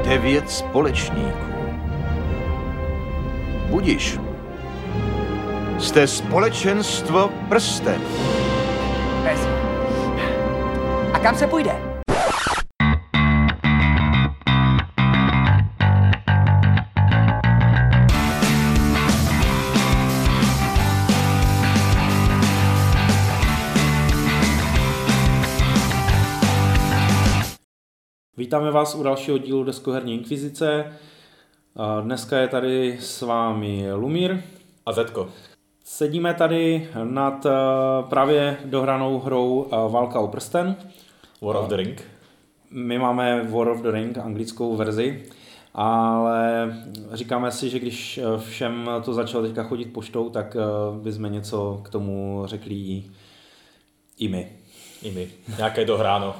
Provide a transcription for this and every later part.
9 společníků. Budiš. Jste společenstvo prsten. A kam se půjde? Vítáme vás u dalšího dílu Deskoherní inkvizice. Dneska je tady s vámi Lumír a Zetko. Sedíme tady nad právě dohranou hrou Válka o prsten. War of the Ring. My máme War of the Ring, anglickou verzi, ale říkáme si, že když všem to začalo teďka chodit poštou, tak bychom něco k tomu řekli i my. Nějaké dohráno.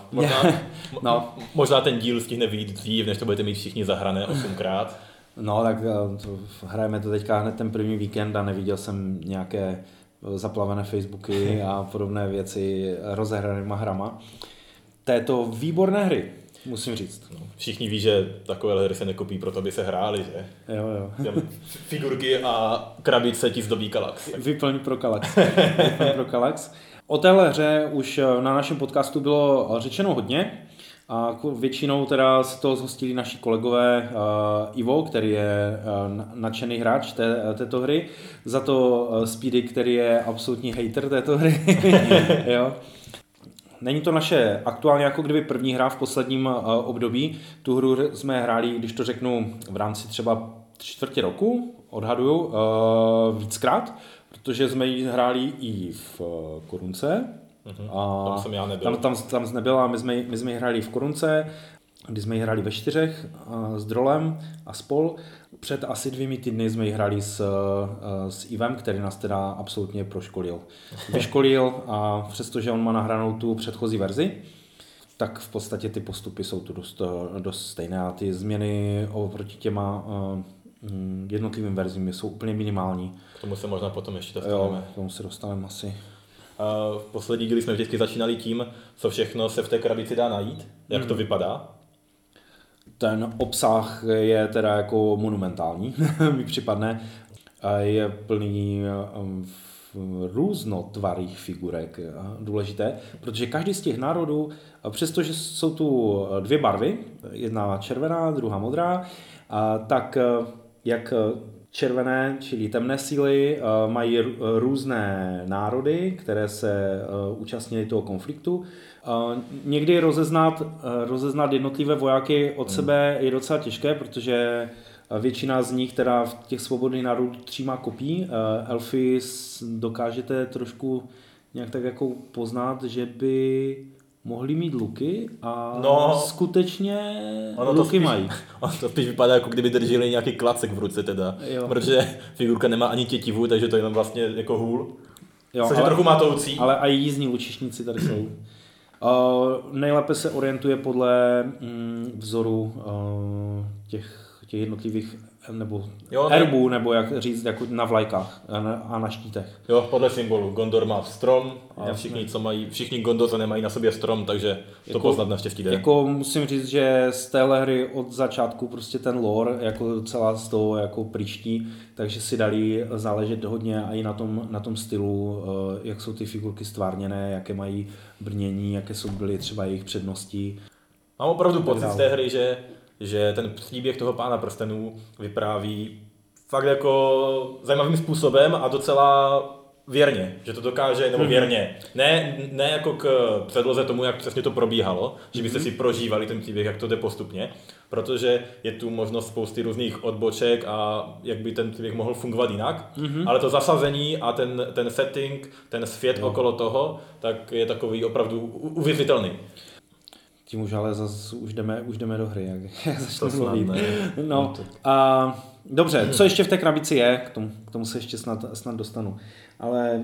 Možná ten díl stihne vyjít dřív, než to budete mít všichni zahrané 8krát. No tak hrajeme to teďka hned ten první víkend a neviděl jsem nějaké zaplavené Facebooky a podobné věci rozehranýma hrama. Této výborné hry, musím říct. No, všichni ví, že takové hry se nekopí proto, aby se hrály, že? Jo. Figurky a krabice ti zdobí Kallax. Vyplň pro Kallax. O téhle hře už na našem podcastu bylo řečeno hodně a většinou teda se toho zhostili naši kolegové Ivo, který je nadšený hráč této hry, za to Speedy, který je absolutní hater této hry. Jo. Není to naše aktuálně jako kdyby první hra v posledním období. Tu hru jsme hráli, když to řeknu, v rámci třeba 4 roku, odhaduju, víckrát. Protože jsme ji hráli i v Korunce. Tam jsem já nebyl. Tam nebyl a my jsme ji hráli v Korunce, kdy jsme ji hráli ve 4 s Drolem a spol. Před asi 2 týdny jsme ji hráli s Ivem, který nás teda absolutně vyškolil a přestože on má nahranou tu předchozí verzi, tak v podstatě ty postupy jsou tu dost stejné a ty změny oproti těma jednotlivým verzím jsou úplně minimální. K tomu se možná potom ještě dostaneme. Jo, k tomu se dostaneme asi. V poslední díle jsme vždycky začínali tím, co všechno se v té krabici dá najít. Jak to vypadá? Ten obsah je teda jako monumentální, mi připadne. Je plný různotvarých figurek, důležité, protože každý z těch národů, přestože jsou tu 2 barvy, jedna červená, druhá modrá, tak jak červené, čili temné síly, mají různé národy, které se účastnily toho konfliktu. Někdy rozeznat jednotlivé vojáky od sebe je docela těžké, protože většina z nich teda v těch svobodných národů třímá kopí. Elfy dokážete trošku nějak tak jako poznat, že by mohli mít luky a skutečně luky mají. To spíš vypadá, jako kdyby drželi nějaký klacek v ruce teda, protože figurka nemá ani tětivu, takže to je jenom vlastně jako hůl. Což je trochu matoucí. Ale i jízdní lučišníci tady jsou. Nejlépe se orientuje podle vzoru těch jednotlivých nebo erbů, nebo jak říct, jako na vlajkách a na štítech. Jo, podle symbolu. Gondor má strom a všichni Gondoři nemají na sobě strom, takže to poznat naštěstí jde. Jako musím říct, že z téhle hry od začátku prostě ten lore jako celá z toho jako příští, takže si dali záležet hodně i na tom stylu, jak jsou ty figurky stvárněné, jaké mají brnění, jaké byly třeba jejich přednosti. Mám opravdu pocit z té hry, že ten příběh toho Pána prstenů vypráví fakt jako zajímavým způsobem a docela věrně, že to dokáže, nebo věrně, ne jako k předloze tomu, jak přesně to probíhalo, že byste si prožívali ten příběh, jak to jde postupně, protože je tu možnost spousty různých odboček a jak by ten příběh mohl fungovat jinak, ale to zasazení a ten setting, ten svět okolo toho, tak je takový opravdu uvěřitelný. Tím už ale zase už jdeme do hry, jak začne mluvit. No, a dobře, co ještě v té krabici je, k tomu se ještě snad dostanu. Ale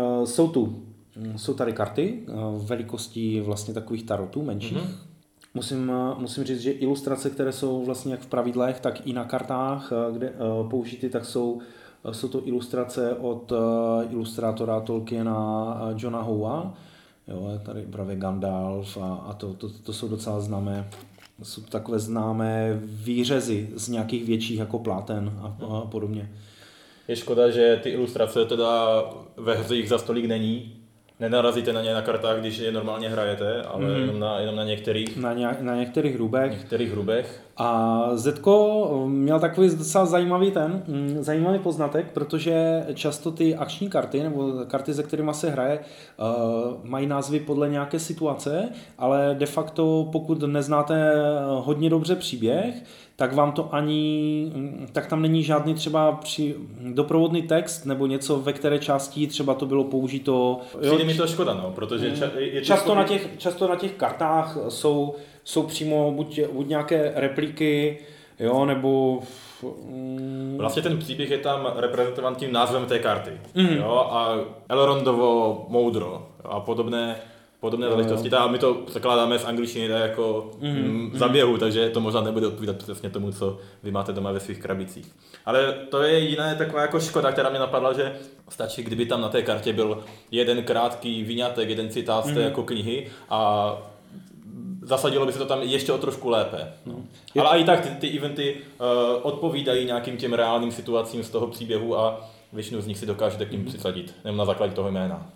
jsou tady karty velikostí vlastně takových tarotů menších. Musím říct, že ilustrace, které jsou vlastně jak v pravidlech, tak i na kartách, kde použity, tak jsou to ilustrace od ilustrátora Tolkiena Johna Howa. Jo, tady právě Gandalf a to jsou docela jsou takové známé výřezy z nějakých větších jako pláten a podobně. Je škoda, že ty ilustrace teda ve hře jich za stolik není. Nenarazíte na ně na kartách, když je normálně hrajete, ale jenom na některých. Na některých hrubech. A Zetko měl takový docela zajímavý poznatek, protože často ty akční karty, nebo karty, se kterými se hraje, mají názvy podle nějaké situace, ale de facto, pokud neznáte hodně dobře příběh, tak vám to tak tam není žádný třeba doprovodný text nebo něco, ve které části třeba to bylo použito. Přijde mi to škoda, no, protože často na těch kartách jsou přímo buď nějaké repliky, jo, nebo... Vlastně ten příběh je tam reprezentován tím názvem té karty. Jo, a Elrondovo moudro a podobné záležitosti. My to překládáme z angličtiny jako zaběhu, takže to možná nebude odpovídat přesně tomu, co vy máte doma ve svých krabicích. Ale to je jiná taková jako škoda, která mě napadla, že stačí, kdyby tam na té kartě byl jeden krátký výňatek, jeden citát z té jako knihy a zasadilo by se to tam ještě o trošku lépe. No. Ale i tak ty eventy odpovídají nějakým těm reálným situacím z toho příběhu a většinu z nich si dokážete k ním přisadit, nebo na základě toho jména.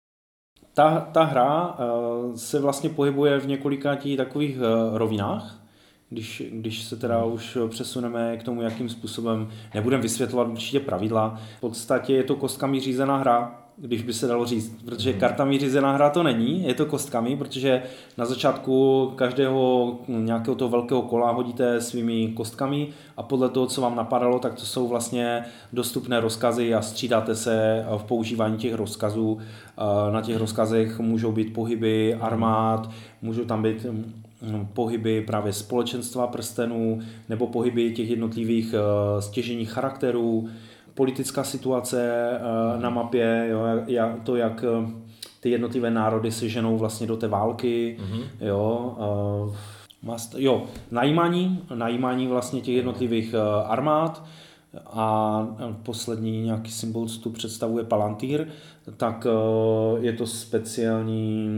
Ta hra se vlastně pohybuje v několika takových rovinách, když se teda už přesuneme k tomu, jakým způsobem, nebudeme vysvětlovat určitě pravidla. V podstatě je to kostkami řízená hra, když by se dalo říct, protože kartami řízená hra to není, je to kostkami, protože na začátku každého nějakého toho velkého kola hodíte svými kostkami a podle toho, co vám napadalo, tak to jsou vlastně dostupné rozkazy a střídáte se v používání těch rozkazů. Na těch rozkazech můžou být pohyby armád, můžou tam být pohyby právě společenstva prstenů nebo pohyby těch jednotlivých stěžejních charakterů, politická situace na mapě, to, jak ty jednotlivé národy se ženou vlastně do té války, najímání vlastně těch jednotlivých armád a poslední nějaký symbol, co tu představuje Palantír, tak je to speciální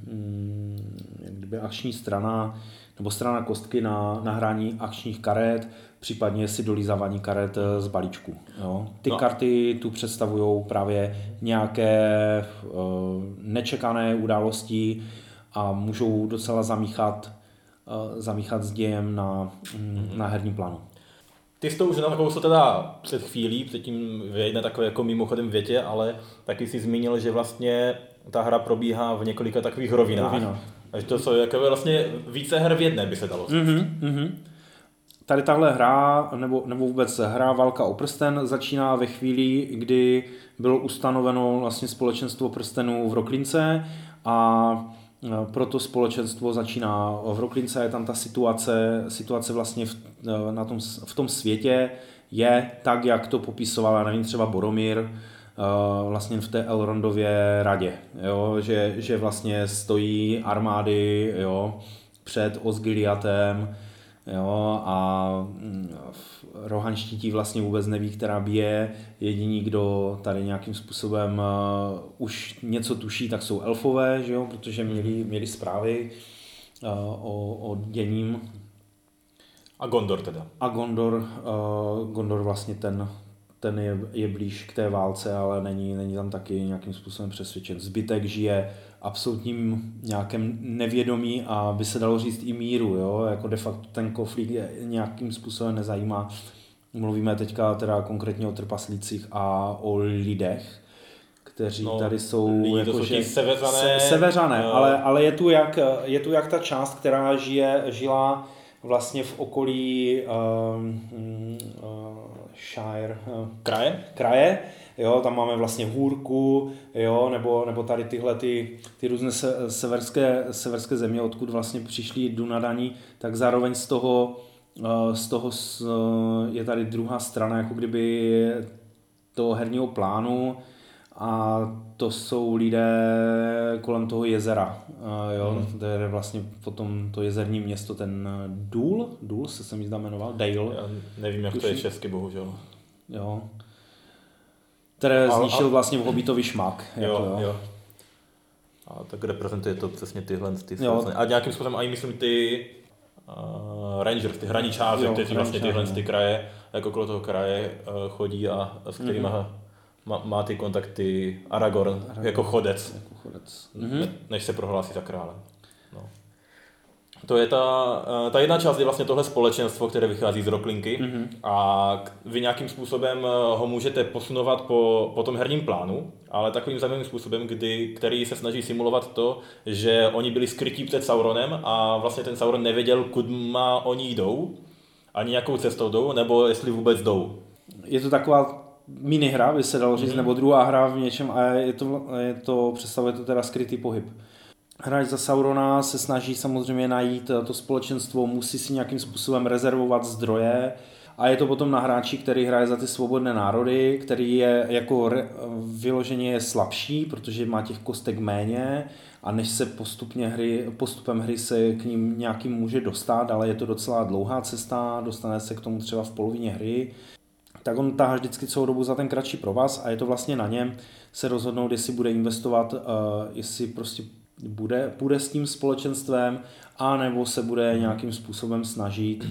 akční strana nebo strana kostky na hraní akčních karet, případně si dolízávání karet z balíčku. Jo. Ty karty tu představují právě nějaké nečekané události a můžou docela zamíchat s dějem na herním plánu. Ty jsi to už nakousl teda před chvílí, předtím v jedné takové jako mimochodem větě, ale taky jsi zmínil, že vlastně ta hra probíhá v několika takových rovinách. Takže to jsou jako vlastně více her v jedné, by se dalo říct. Tady tahle hra, nebo vůbec hra Válka o prsten začíná ve chvíli, kdy bylo ustanoveno vlastně společenstvo prstenů v Roklince a proto společenstvo začíná v Roklince, je tam ta situace vlastně v tom světě je tak, jak to popisoval, nevím, třeba Boromír, vlastně v té Elrondově radě, jo, že vlastně stojí armády, jo, před Osgiliathem, jo, a rohanštítí vlastně vůbec neví, která bije. Jediní, kdo tady nějakým způsobem už něco tuší, tak jsou elfové, že jo, protože měli zprávy o děním. A Gondor teda. A Gondor vlastně ten je blíž k té válce, ale není tam taky nějakým způsobem přesvědčen. Zbytek žije absolutním nějakém nevědomí a by se dalo říct i míru, jo? Jako de facto ten konflikt nějakým způsobem nezajímá. Mluvíme teďka teda konkrétně o trpaslících a o lidech, kteří tady jsou jakože seveřané, ale je tu jak ta část, která žila vlastně v okolí Shire, kraje, jo, tam máme vlastně Hůrku, jo, nebo tady tyhle ty různé severské země, odkud vlastně přišli Dunadaní, tak zároveň z toho je tady druhá strana, jako kdyby toho herního plánu, a to jsou lidé kolem toho jezera. Jo? To je vlastně potom to jezerní město, ten Důl se mi zdá jmenoval, Dale. Já nevím, jak to je česky, bohužel. Jo. Které zničil vlastně v Hobbitovi šmak. Jo. A tak reprezentuje to přesně tyhle. A nějakým způsobem i myslím ty Rangers, ty hraničáři, kteří vlastně tyhle ty kraje, jako okolo toho kraje chodí a s kterými má ty kontakty Aragorn jako chodec. Než se prohlásí za krále. No. To je ta jedna část, je vlastně tohle společenstvo, které vychází z Roklinky a vy nějakým způsobem ho můžete posunovat po tom herním plánu, ale takovým zajímavým způsobem, který se snaží simulovat to, že oni byli skrytí před Sauronem a vlastně ten Sauron nevěděl, kudy oni jdou, ani jakou cestou jdou, nebo jestli vůbec jdou. Je to taková minihra, by se dalo říct, nebo druhá hra v něčem a představuje to teda skrytý pohyb. Hráč za Saurona se snaží samozřejmě najít to společenstvo, musí si nějakým způsobem rezervovat zdroje a je to potom na hráči, který hraje za ty svobodné národy, který je jako vyloženě je slabší, protože má těch kostek méně a než se postupem hry se k ním nějakým může dostat, ale je to docela dlouhá cesta, dostane se k tomu třeba v polovině hry, tak on tahá vždycky celou dobu za ten kratší provaz a je to vlastně na něm se rozhodnout, jestli bude investovat, jestli prostě bude s tím společenstvem, anebo se bude nějakým způsobem snažit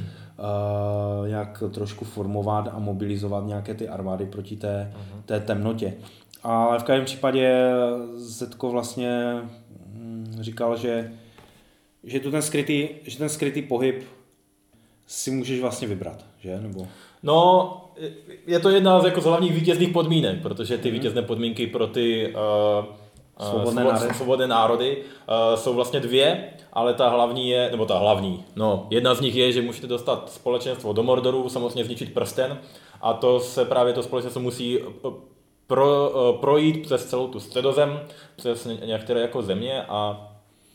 jak trošku formovat a mobilizovat nějaké ty armády proti té temnotě. Ale v každém případě Zetko vlastně říkal, že ten skrytý pohyb si můžeš vlastně vybrat, že? Nebo... No, je to jedna z hlavních vítězných podmínek, protože ty vítězné podmínky pro ty svobodné národy jsou vlastně dvě, ale jedna z nich je, že můžete dostat společenstvo do Mordoru, samozřejmě zničit prsten a to společenstvo musí projít přes celou tu středozem, přes některé jako země a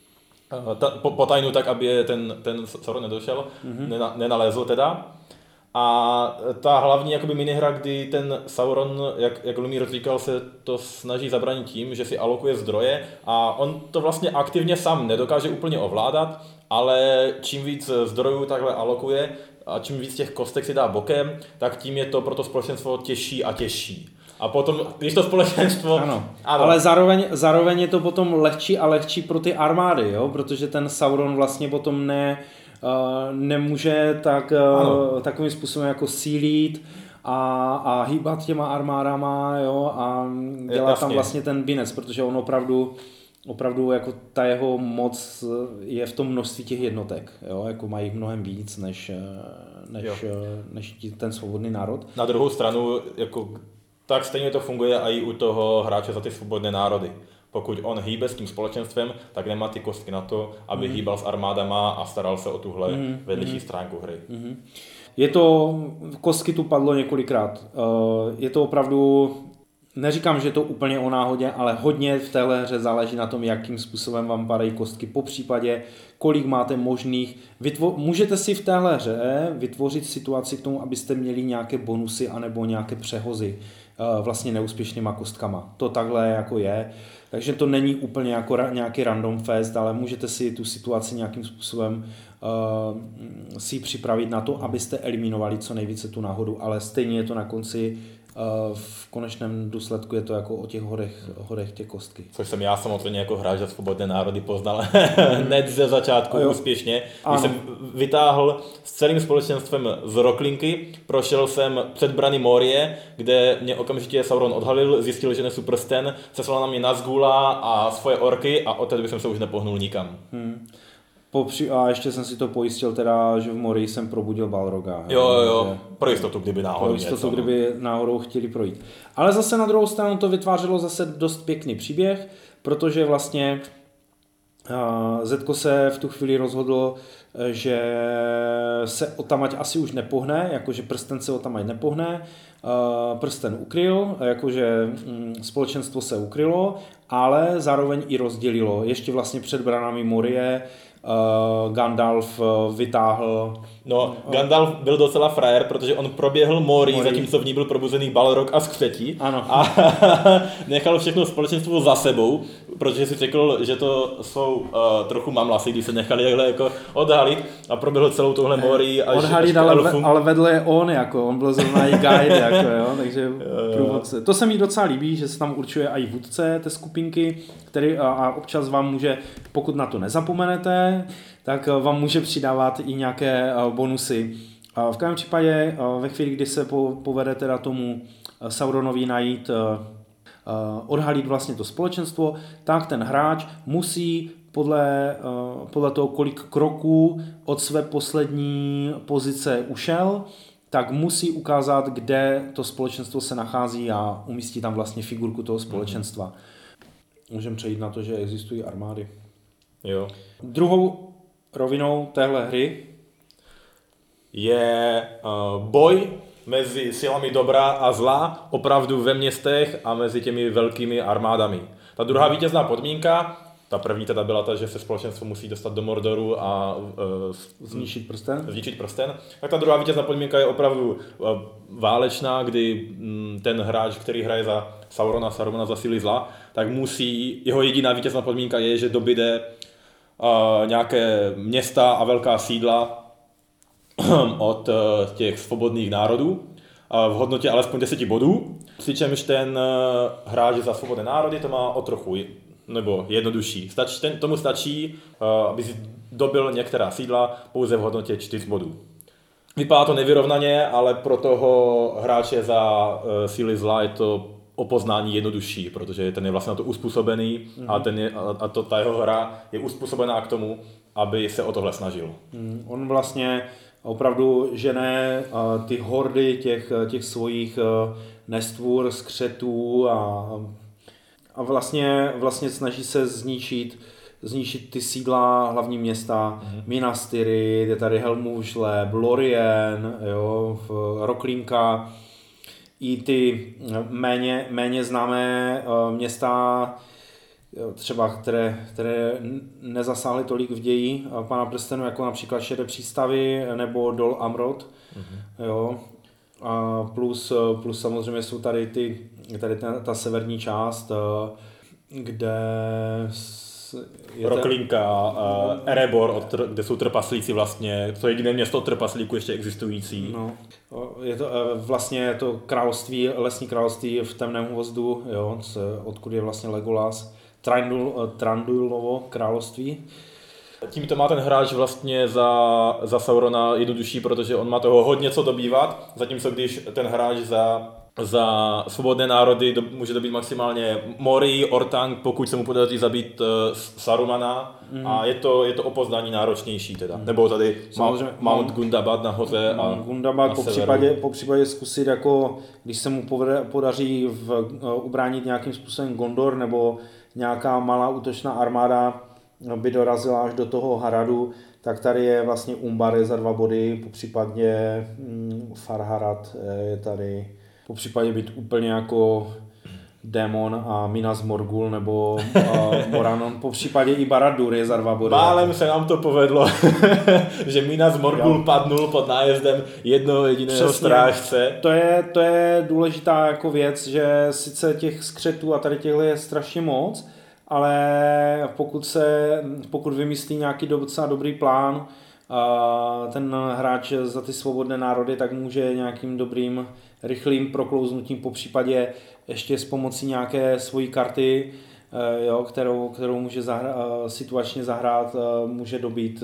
potajnu tak, aby ten Sauron nedošel, nenalezl teda. A ta hlavní jakoby minihra, kdy ten Sauron, jak Lumír říkal, se to snaží zabránit tím, že si alokuje zdroje a on to vlastně aktivně sám nedokáže úplně ovládat, ale čím víc zdrojů takhle alokuje a čím víc těch kostek si dá bokem, tak tím je to pro to společenstvo těžší a těžší. A potom, když to společenstvo... Ano. Ale zároveň je to potom lehčí a lehčí pro ty armády, jo? Protože ten Sauron vlastně potom nemůže takovým způsobem jako sílit a hýbat těma armádama, jo? A dělá tam vlastně ten binec, protože on opravdu jako ta jeho moc je v tom množství těch jednotek, jo? Jako mají mnohem víc než ten svobodný národ. Na druhou stranu, jako tak stejně to funguje i u toho hráče za ty svobodné národy. Pokud on hýbe s tím společenstvem, tak nemá ty kostky na to, aby hýbal s armádama a staral se o tuhle vedlejší stránku hry. Je to, kostky tu padlo několikrát. Je to opravdu, neříkám, že je to úplně o náhodě, ale hodně v téhle hře záleží na tom, jakým způsobem vám padají kostky, popřípadě kolik máte možných. Můžete si v téhle hře vytvořit situaci k tomu, abyste měli nějaké bonusy anebo nějaké přehozy vlastně neúspěšnýma kostkama. To takhle jako je. Takže to není úplně jako nějaký random fest, ale můžete si tu situaci nějakým způsobem si připravit na to, abyste eliminovali co nejvíce tu náhodu, ale stejně je to na konci, v konečném důsledku je to jako o těch horech těch kostky. Což jsem já samozřejmě jako hráč za svobodné národy poznal hned ze začátku úspěšně. Když jsem vytáhl s celým společenstvem z Roklinky, prošel jsem před brany Morie, kde mě okamžitě Sauron odhalil, zjistil, že nesu prsten, seslal na mě Nazgula a svoje orky a od té doby jsem se už nepohnul nikam. A ještě jsem si to pojistil teda, že v Morii jsem probudil Balroga. Jo, pro jistotu, kdyby náhodou kdyby náhodou chtěli projít. Ale zase na druhou stranu to vytvářelo zase dost pěkný příběh, protože vlastně Zetko se v tu chvíli rozhodl, že se otamať asi už nepohne, jakože prsten se otamať nepohne, prsten ukryl, jakože společenstvo se ukrylo, ale zároveň i rozdělilo. Ještě vlastně před branami Morie Gandalf vytáhl... No, Gandalf byl docela frajer, protože on proběhl Morii, zatímco v ní byl probuzený Balrog a Skřetí. Ano. A nechal všechno společenstvo za sebou, protože si řekl, že to jsou trochu mamlasy, když se nechali takhle jako odhalit a proběhl celou touhle Morii. Odhalit, ale vedle je on byl zrovna i guide, jako, jo, takže průvodce. To se mi docela líbí, že se tam určuje i vůdce té skupinky, který a občas vám může, pokud na to nezapomenete, tak vám může přidávat i nějaké bonusy. V každém případě ve chvíli, kdy se povede teda tomu Sauronovi najít, odhalit vlastně to společenstvo, tak ten hráč musí podle toho, kolik kroků od své poslední pozice ušel, tak musí ukázat, kde to společenstvo se nachází a umístí tam vlastně figurku toho společenstva. Můžeme přejít na to, že existují armády. Jo. Druhou rovinou téhle hry je boj mezi silami dobra a zla opravdu ve městech a mezi těmi velkými armádami. Ta druhá vítězná podmínka, ta první teda byla ta, že se společenstvo musí dostat do Mordoru a zničit prsten. Tak ta druhá vítězná podmínka je opravdu válečná, kdy ten hráč, který hraje za Saurona za síly zla, tak musí, jeho jediná vítězná podmínka je, že dobyde nějaké města a velká sídla od těch svobodných národů v hodnotě alespoň 10 bodů. Přičemž ten hráč za svobodné národy to má o trochu nebo jednodušší. Tomu stačí, aby si dobil některá sídla pouze v hodnotě 4 bodů. Vypadá to nevyrovnaně, ale pro toho hráče za síly zla je to o poznání jednodušší, protože ten je vlastně na to uspůsobený a ta jeho hra je uspůsobená k tomu, aby se o tohle snažil. On vlastně opravdu žene ty hordy těch svojich nestvůr, skřetů a vlastně snaží se zničit ty sídla, hlavní města, Minas Tirith, je tady Helmušle, Lorien, Rocklínka, i ty méně známé města, třeba které nezasáhly tolik v ději Pána prstenů, jako například Šedé přístavy nebo Dol Amroth. Jo. A plus samozřejmě jsou tady ta severní část, kde Rocklínka, Erebor, kde jsou trpaslíci vlastně, to je jediné město od trpaslíků ještě existující. No, je to vlastně to království, lesní království v temném hvozdu, jo, odkud je vlastně Legolas, Tranduilovo království. Tímto má ten hráč vlastně za Saurona jednodušší, protože on má toho hodně co dobývat, zatímco když ten hráč za svobodné národy může dobít maximálně Mori, Ortang, pokud se mu podaří zabít Sarumana a je to o poznání náročnější teda. Nebo tady Mount Gundabad nahoře a Gundabad po případě zkusit, jako když se mu podaří ubránit nějakým způsobem Gondor nebo nějaká malá útočná armáda by dorazila až do toho Haradu, tak tady je vlastně Umbar za 2 body, popřípadě Farharad je tady, popřípadě být úplně jako Démon a Minas Morgul nebo Moranon, popřípadě i Barad-dûr je za 2 body. Málem se nám to povedlo, že Minas Morgul padnul pod nájezdem jednoho jediného strážce. To je důležitá jako věc, že sice těch skřetů a tady těchto je strašně moc, ale pokud vymyslí nějaký docela dobrý plán, ten hráč za ty svobodné národy, tak může nějakým dobrým, rychlým proklouznutím, popřípadě ještě s pomocí nějaké svojí karty, kterou může situačně zahrát, může dobít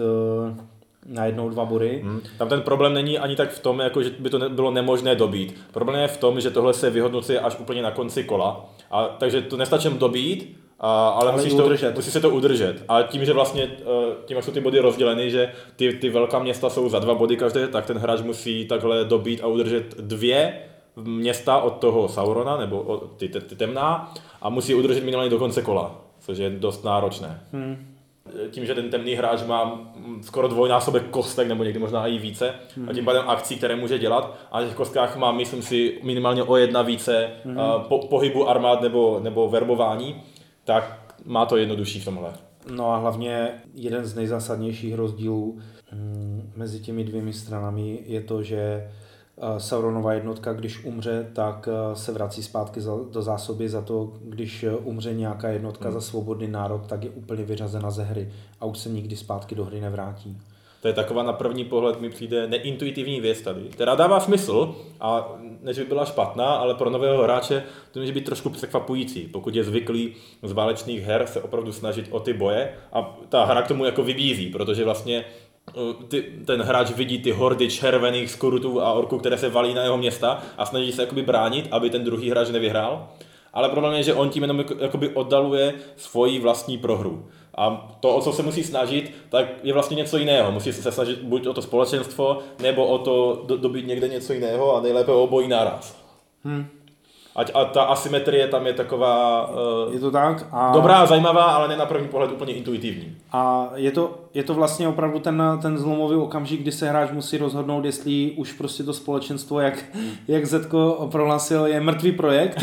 na 1-2 body. Tam ten problém není ani tak v tom, jako, že by to bylo nemožné dobít. Problém je v tom, že tohle se vyhodnocuje až úplně na konci kola. Takže to nestačí dobít, ale musíš se to udržet. A tím, že vlastně, tím, jak jsou ty body rozděleny, že ty velká města jsou za 2 body každé, tak ten hráč musí takhle dobít a udržet 2 města od toho Saurona, nebo ty temná, a musí udržet minimálně do konce kola, což je dost náročné. Tím, že ten temný hráč má skoro 2násobek kostek, nebo někdy možná i více, a tím pádem akcí, které může dělat, a na těch kostkách má, myslím si, minimálně o 1 více pohybu armád nebo verbování, tak má to jednodušší v tomhle. No a hlavně jeden z nejzásadnějších rozdílů mezi těmi 2 stranami je to, že Sauronova jednotka, když umře, tak se vrací zpátky do zásoby, za to, když umře nějaká jednotka za svobodný národ, tak je úplně vyřazena ze hry a už se nikdy zpátky do hry nevrátí. To je taková na první pohled mi přijde neintuitivní věc tady, která dává smysl a než by byla špatná, ale pro nového hráče to může být trošku překvapující, pokud je zvyklý z válečných her se opravdu snažit o ty boje a ta hra k tomu jako vybízí, protože vlastně ten hráč vidí ty hordy červených skurutů a orků, které se valí na jeho města a snaží se jakoby bránit, aby ten druhý hráč nevyhrál. Ale problém je, že on tím jenom jakoby oddaluje svoji vlastní prohru. A to, o co se musí snažit, tak je vlastně něco jiného. Musí se snažit buď o to společenstvo, nebo o to dobít někde něco jiného a nejlépe obojí naraz. A ta asymetrie tam je taková je to tak? Dobrá, zajímavá, ale ne na první pohled úplně intuitivní. A je to vlastně opravdu ten zlomový okamžik, kdy se hráč musí rozhodnout, jestli už prostě to společenstvo, jak Zetko prohlásil, je mrtvý projekt,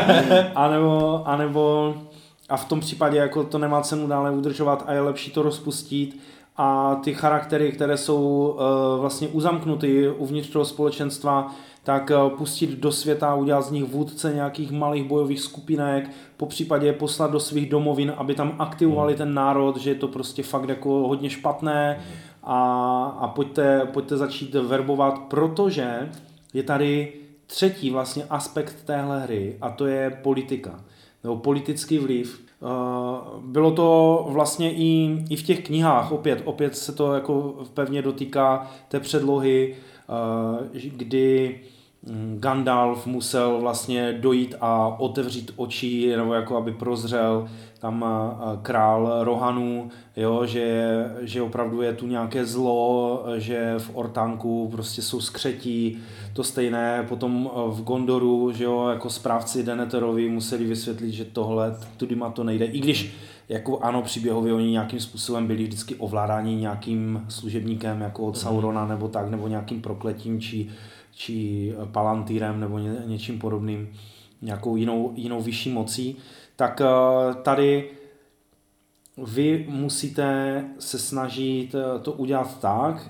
anebo a v tom případě jako to nemá cenu dále udržovat a je lepší to rozpustit a ty charaktery, které jsou vlastně uzamknuty uvnitř toho společenstva, tak pustit do světa, udělat z nich vůdce nějakých malých bojových skupinek, po případě poslat do svých domovin, aby tam aktivovali ten národ, že je to prostě fakt jako hodně špatné a pojďte začít verbovat, protože je tady třetí vlastně aspekt téhle hry a to je politika, nebo politický vliv. Bylo to vlastně i v těch knihách, opět se to jako pevně dotýká té předlohy, kdy Gandalf musel vlastně dojít a otevřít oči, nebo jako aby prozřel tam král Rohanů, jo, že opravdu je tu nějaké zlo, že v Ortánku prostě jsou skřetí, to stejné potom v Gondoru, že jo, jako správci Denethorovi museli vysvětlit, že tohle tudyma to nejde, i když jako ano, příběhově oni nějakým způsobem byli vždycky ovládáni nějakým služebníkem jako od Saurona nebo tak, nebo nějakým prokletím či palantýrem nebo něčím podobným, nějakou jinou vyšší mocí, tak tady vy musíte se snažit to udělat tak,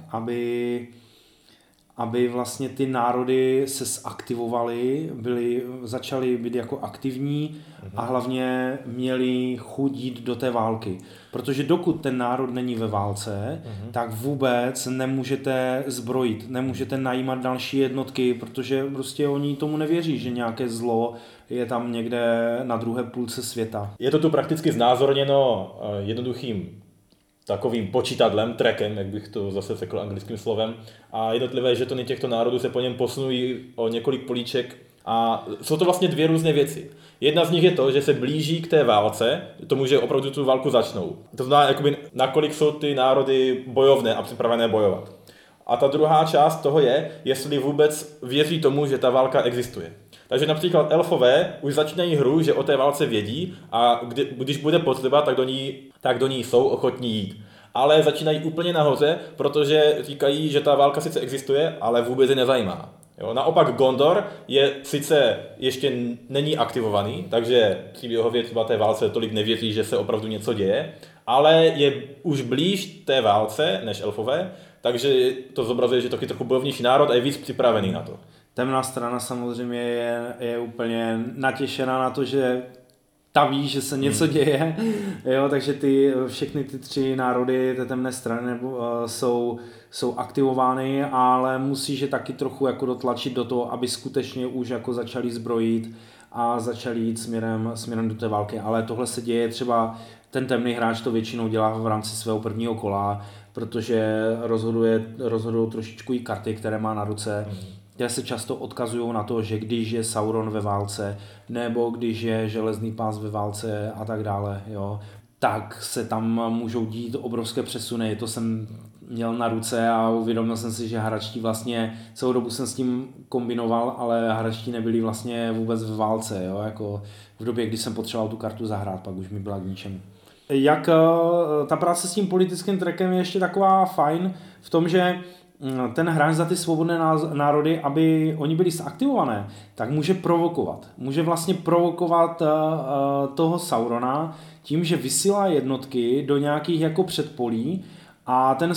aby vlastně ty národy se zaktivovaly, začaly být jako aktivní a hlavně měli chuť jít do té války. Protože dokud ten národ není ve válce, tak vůbec nemůžete zbrojit, nemůžete najímat další jednotky, protože prostě oni tomu nevěří, že nějaké zlo je tam někde na druhé půlce světa. Je to tu prakticky znázorněno jednoduchým takovým počítadlem, trackem, jak bych to zase řekl anglickým slovem, a jednotlivé žetony těchto národů se po něm posunují o několik políček a jsou to vlastně dvě různé věci. Jedna z nich je to, že se blíží k té válce, tomu, že opravdu tu válku začnou. To znamená, jakoby, nakolik jsou ty národy bojovné a připravené bojovat. A ta druhá část toho je, jestli vůbec věří tomu, že ta válka existuje. Takže například elfové už začínají hru, že o té válce vědí a když bude potřeba, tak do ní jsou ochotní jít. Ale začínají úplně nahoře, protože říkají, že ta válka sice existuje, ale vůbec je nezajímá. Jo, naopak Gondor je sice ještě není aktivovaný, takže příběhově třeba té válce tolik nevěří, že se opravdu něco děje, ale je už blíž té válce než elfové, takže to zobrazuje, že to je trochu bojovnější národ a je víc připravený na to. Temná strana samozřejmě je úplně natěšená na to, že ta ví, že se něco děje, jo, takže všechny ty tři národy té temné strany jsou aktivovány, ale musí že taky trochu jako dotlačit do toho, aby skutečně už jako začali zbrojit a začali jít směrem do té války, ale tohle se děje třeba, ten temný hráč to většinou dělá v rámci svého prvního kola, protože rozhodují trošičku i karty, které má na ruce, které se často odkazují na to, že když je Sauron ve válce, nebo když je Železný pás ve válce a tak dále, jo, tak se tam můžou dít obrovské přesuny. To jsem měl na ruce a uvědomil jsem si, že hračtí vlastně, celou dobu jsem s tím kombinoval, ale hračtí nebyli vlastně vůbec ve válce, jo, jako v době, kdy jsem potřeboval tu kartu zahrát, pak už mi byla k ničemu. Jak ta práce s tím politickým trackem je ještě taková fajn v tom, že ten hráč za ty svobodné národy, aby oni byli zaktivované, tak může provokovat. Může vlastně provokovat toho Saurona tím, že vysílá jednotky do nějakých jako předpolí a ten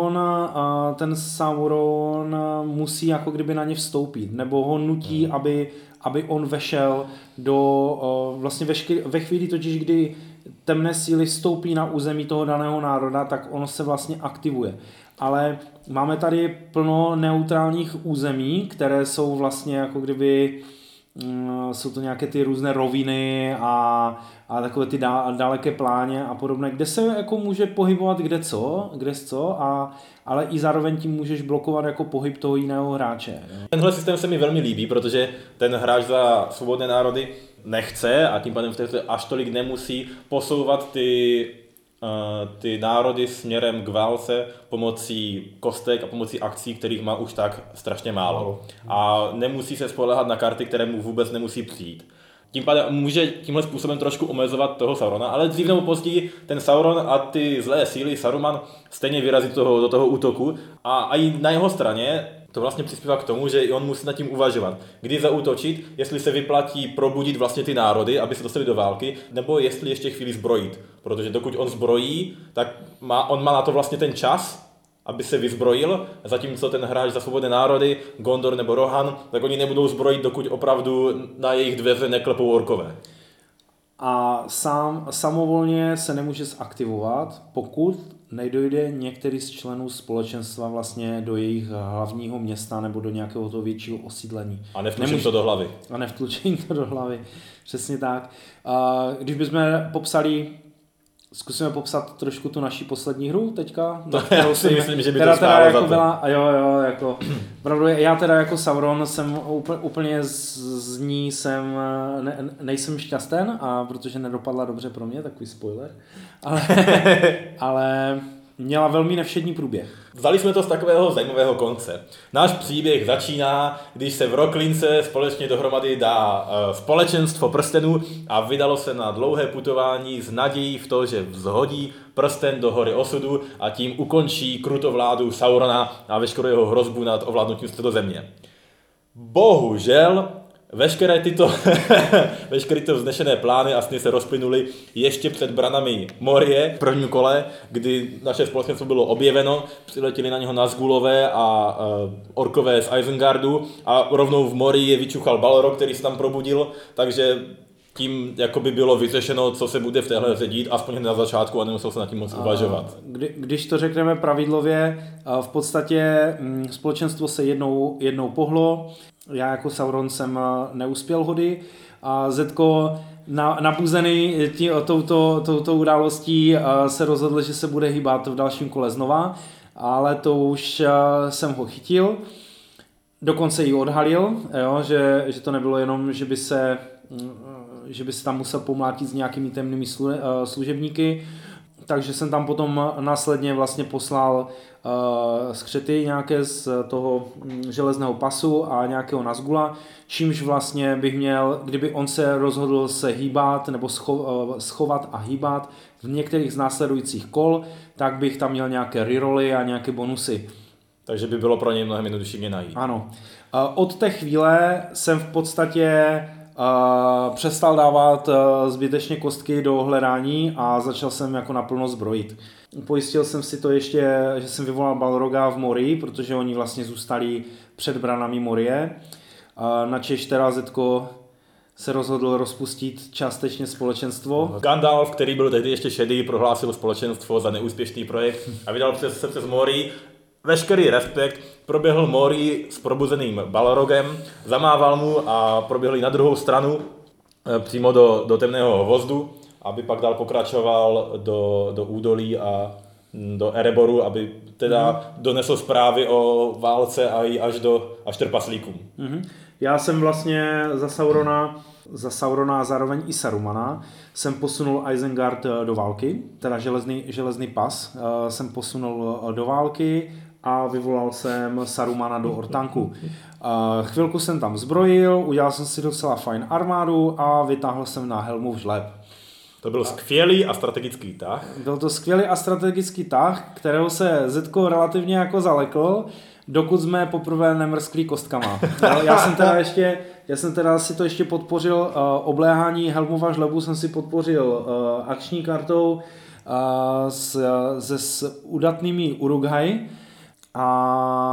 Sauron musí jako kdyby na ně vstoupit, nebo ho nutí, aby on vešel do vlastně ve chvíli totiž, kdy temné síly vstoupí na území toho daného národa, tak ono se vlastně aktivuje. Ale máme tady plno neutrálních území, které jsou vlastně jako kdyby, jsou to nějaké ty různé roviny a takové ty daleké pláně a podobné, kde se jako může pohybovat kde co, ale i zároveň tím můžeš blokovat jako pohyb toho jiného hráče. Tenhle systém se mi velmi líbí, protože ten hráč za svobodné národy nechce a tím pádem v té až tolik nemusí posouvat ty národy směrem k válce pomocí kostek a pomocí akcí, kterých má už tak strašně málo. A nemusí se spoléhat na karty, které mu vůbec nemusí přijít. Tím pádem může tímhle způsobem trošku omezovat toho Saurona, ale dřív nebo později ten Sauron a ty zlé síly Saruman stejně vyrazí do toho útoku a i na jeho straně to vlastně přispívá k tomu, že on musí nad tím uvažovat, kdy zaútočit, jestli se vyplatí probudit vlastně ty národy, aby se dostali do války, nebo jestli ještě chvíli zbrojit. Protože dokud on zbrojí, tak on má na to vlastně ten čas, aby se vyzbrojil, zatímco ten hráč za svobodné národy, Gondor nebo Rohan, tak oni nebudou zbrojit, dokud opravdu na jejich dveře neklepou orkové. A samovolně se nemůže zaktivovat, pokud nedojde některý z členů společenstva vlastně do jejich hlavního města nebo do nějakého toho většího osídlení. A nevtlučím to do hlavy. A nevtlučím to do hlavy, přesně tak. Když bychom zkusíme popsat trošku tu naši poslední hru teďka. Já si myslím, že by to stálo jako za to. Byla, jako opravdu já teda jako Sauron jsem úplně z ní nejsem šťasten, a protože nedopadla dobře pro mě, takový spoiler, ale měla velmi nevšední průběh. Vzali jsme to z takového zajímavého konce. Náš příběh začíná, když se v Roklince společně dohromady dá společenstvo prstenů a vydalo se na dlouhé putování s nadějí v to, že vzhodí prsten do hory osudu a tím ukončí krutovládu Saurona a veškerou jeho hrozbu nad ovládnutím Středozemě. Bohužel veškeré tyto vznešené plány a sny se rozplynuly ještě před branami Morie v prvním kole, kdy naše společenstvo bylo objeveno, přiletěli na něho Nazgulové a orkové z Isengardu a rovnou v Morii je vyčuchal Balrog, který se tam probudil, takže tím jakoby bylo vyřešeno, co se bude v téhle hře dít, aspoň na začátku a nemusel se nad tím moc uvažovat. Když to řekneme pravidlově, v podstatě společenstvo se jednou pohlo, já jako Sauron jsem neuspěl hody a Zetko nabuzený touto událostí se rozhodl, že se bude hýbat v dalším kole znova, ale to už jsem ho chytil, dokonce ji odhalil, jo, že to nebylo jenom, že by se tam musel pomlátit s nějakými temnými služebníky, takže jsem tam potom následně vlastně poslal skřety nějaké z toho železného pasu a nějakého Nazgula, čímž vlastně bych měl, kdyby on se rozhodl se hýbat nebo schovat a hýbat v některých z následujících kol, tak bych tam měl nějaké reroly a nějaké bonusy. Takže by bylo pro něj mnohem jednodušší mě najít. Ano. Od té chvíle jsem v podstatě přestal dávat zbytečně kostky do hledání a začal jsem jako naplno zbrojit. Pojistil jsem si to ještě, že jsem vyvolal Balroga v Morii, protože oni vlastně zůstali před branami Morie. Načež teda Zetko se rozhodl rozpustit částečně společenstvo. Gandalf, který byl tehdy ještě šedý, prohlásil společenstvo za neúspěšný projekt a vydal se přes Morii. Veškerý respekt, proběhl Morii s probuzeným Balrogem, zamával mu a proběhl i na druhou stranu, přímo do temného hvozdu, aby pak dál pokračoval do údolí a do Ereboru, aby teda donesl zprávy o válce a i až trpaslíkům. Já jsem vlastně za Saurona a zároveň i Sarumana jsem posunul Isengard do války, teda železný pas jsem posunul do války a vyvolal jsem Sarumana do Ortanku. Chvilku jsem tam zbrojil, udělal jsem si docela fajn armádu a vytáhl jsem na Helmův žleb. To byl skvělý a strategický tah. Byl to skvělý a strategický tah, kterého se Zetko relativně jako zalekl, dokud jsme poprvé nemrskli kostkama. Já jsem teda si to ještě podpořil, obléhání Helmova žlebu jsem si podpořil akční kartou s udatnými Uruk-hai, ale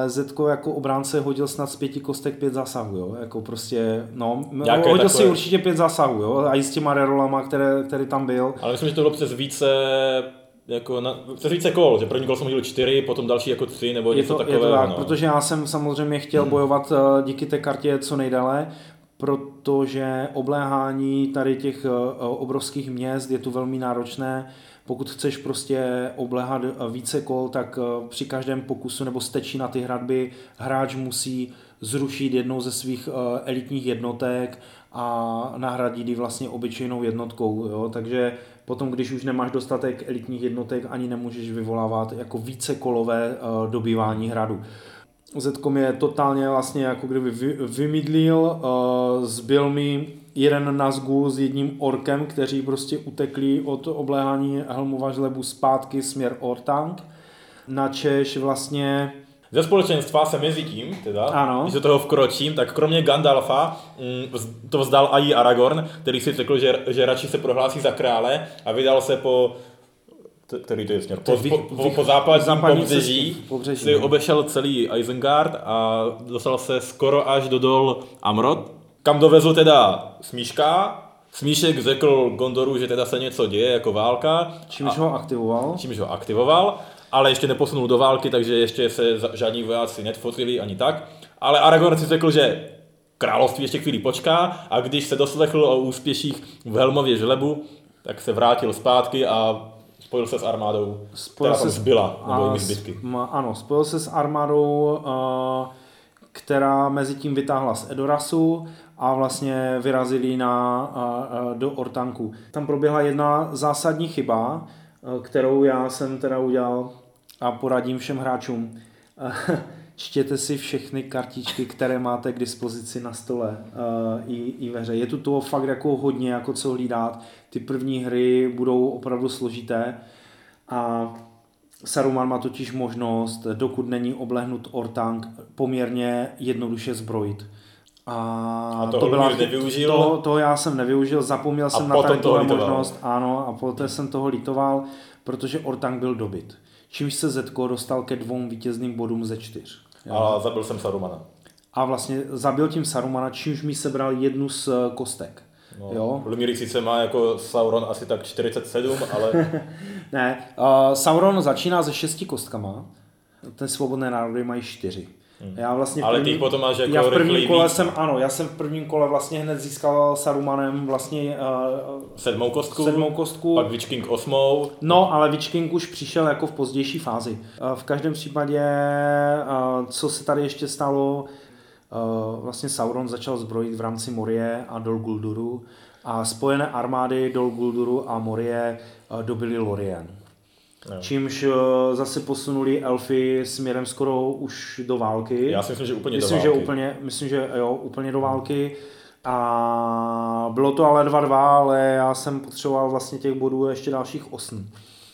ale Zetko jako obránce hodil snad z 5 kostek 5 zásahů, jo, jako prostě, no, Nějaké hodil takové... si určitě 5 zásahů, jo, a i s těma rerolama, který tam byl. Ale myslím, že to bylo přes více, jako přes více kol, že první kol jsem hodil 4, potom další jako 3 nebo něco takového. Je to tak, no. protože já jsem samozřejmě chtěl bojovat díky té kartě co nejdále, protože obléhání tady těch obrovských měst je tu velmi náročné. Pokud chceš prostě obléhat více kol, tak při každém pokusu nebo steči na ty hradby hráč musí zrušit jednou ze svých elitních jednotek a nahradit ji vlastně obyčejnou jednotkou. Jo? Takže potom, když už nemáš dostatek elitních jednotek, ani nemůžeš vyvolávat jako vícekolové dobývání hradu. Zetkom je totálně vlastně jako kdyby vymydlil, zbyl mi jeden Nazgul s jedním orkem, kteří prostě utekli od obléhání Helmova žlebu zpátky směr Orthanc. Načež vlastně... Ze společenstva se mezi tím, teda, ano. když do toho vkročím, tak kromě Gandalfa to vzdal i Aragorn, který si řekl, že radši se prohlásí za krále a vydal se po... Který to je směr? Po západním pobřeží si obešel celý Isengard a dostal se skoro až do dol Amrod, kam dovezl teda Smíška. Smíšek řekl Gondoru, že teda se něco děje jako válka. Čímž ho aktivoval. Ale ještě neposunul do války, takže ještě se žádní vojáci netvořili ani tak. Ale Aragorn si řekl, že království ještě chvíli počká a když se doslechl o úspěších v Helmově žlebu, tak se vrátil zpátky a spojil se s armádou, která tam zbyla, nebo jimi zbytky. Ano, spojil se s armádou, která mezi tím vytáhla z Edorasu a vlastně vyrazili do Orthancu. Tam proběhla jedna zásadní chyba, kterou já jsem teda udělal a poradím všem hráčům. Čtěte si všechny kartičky, které máte k dispozici na stole i ve hře. Je tu toho fakt jako hodně, jako co hlídat. Ty první hry budou opravdu složité a Saruman má totiž možnost, dokud není oblehnut Orthanc, poměrně jednoduše zbrojit. A toho byla nevyužil? Toho já jsem nevyužil, zapomněl jsem na takovou možnost. Ano, a poté jsem toho litoval, protože Orthanc byl dobyt. Čímž se Zetko dostal ke 2 vítězným bodům ze 4. A zabil jsem Sarumana. A vlastně zabil tím Sarumana, čímž mi sebral jednu z kostek. No, Lumíry sice má jako Sauron asi tak 47, ale... Ne, Sauron začíná se 6 kostkama, ten svobodné národy mají 4. Já vlastně ale ty potom máš jako já v prvním kole víc. já jsem v prvním kole vlastně hned získal Sarumanem vlastně 7. kostku, pak Witch King 8. No, ale Witch King už přišel jako v pozdější fázi. V každém případě, co se tady ještě stalo, vlastně Sauron začal zbrojit v rámci Morie a Dol Gulduru a spojené armády Dol Gulduru a Morie dobili Lorien. No. Čímž zase posunuli elfy směrem skoro už do války. Já si myslím, že úplně do války. Myslím, že jo, úplně do války. A bylo to ale 2-2, ale já jsem potřeboval vlastně těch bodů ještě dalších 8.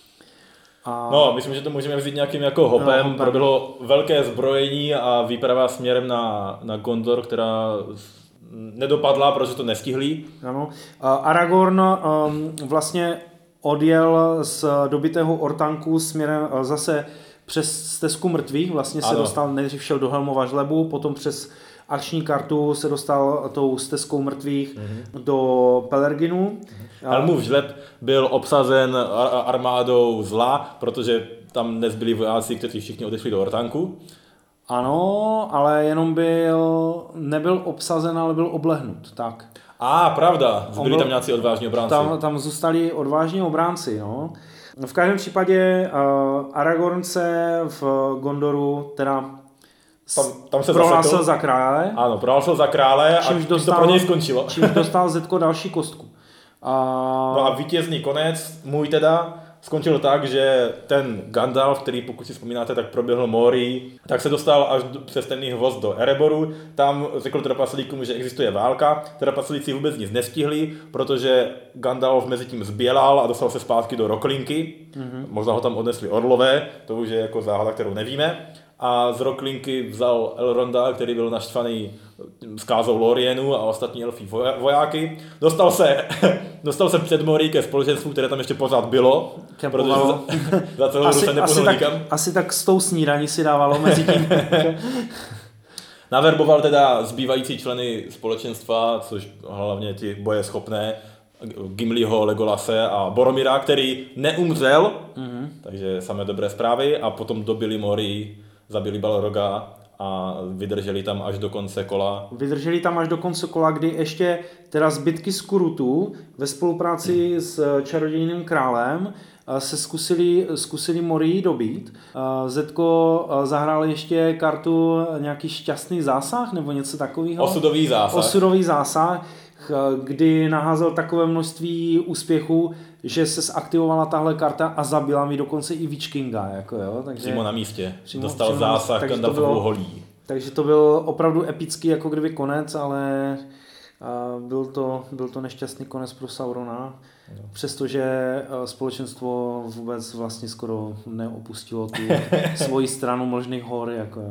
No, myslím, že to můžeme vzít nějakým jako hopem. Proběhlo velké zbrojení a výprava směrem na Gondor, která nedopadla, protože to nestihli. Ano. Aragorn vlastně odjel z dobytého Orthancu směrem zase přes stezku mrtvých, vlastně se dostal, nejdřív šel do Helmova žlebu, potom přes akční kartu se dostal tou stezkou mrtvých do Pelerginu. Helmův žleb byl obsazen armádou zla, protože tam nezbyli vojáci, kteří všichni odešli do Orthancu. Ano, ale jenom nebyl obsazen, ale byl oblehnut, tak. Pravda, zbyli tam nějací odvážní obránci. Tam zůstali odvážní obránci, no. V každém případě Aragorn se v Gondoru teda tam se prohlásil za krále. Ano, prohlásil za krále a to pro něj skončilo. Čímž dostal Zetko další kostku. No a vítězný konec, můj teda, skončil tak, že ten Gandalf, který pokud si vzpomínáte, tak proběhl Morii, tak se dostal až přes ten hvost do Ereboru. Tam řekl trpaslíkům, že existuje válka. Trpaslíci vůbec nic nestihli, protože Gandalf mezi tím zbělal a dostal se zpátky do Roklinky. Možná ho tam odnesli orlové, to už je jako záhada, kterou nevíme. a z Rocklinky vzal Elronda, který byl naštvaný zkázou Lorienu a ostatní elfí vojáky. Dostal se před morí ke společenstvu, které tam ještě pořád bylo, protože za celou hru se nepohnul nikam. Asi tak s tou snídaní si dávalo mezi tím. Naverboval teda zbývající členy společenstva, což hlavně ti bojeschopné, Gimliho, Legolase a Boromira, který neumřel, takže samé dobré zprávy, a potom dobili Mori, zabili Balroga a vydrželi tam až do konce kola. Kdy ještě teda zbytky Skurutů ve spolupráci s čarodějným králem se zkusili Morii dobít. Zetko zahrál ještě kartu nějaký šťastný zásah nebo něco takového. Osudový zásah, kdy naházel takové množství úspěchů, že se zaktivovala tahle karta a zabila mi dokonce i Witch Kinga. Takže přímo na místě. Dostal zásah Gandalfovu holí. Takže to byl opravdu epický jako kdyby konec, ale byl to nešťastný konec pro Saurona. Přestože společenstvo vůbec vlastně skoro neopustilo tu svoji stranu možných hor.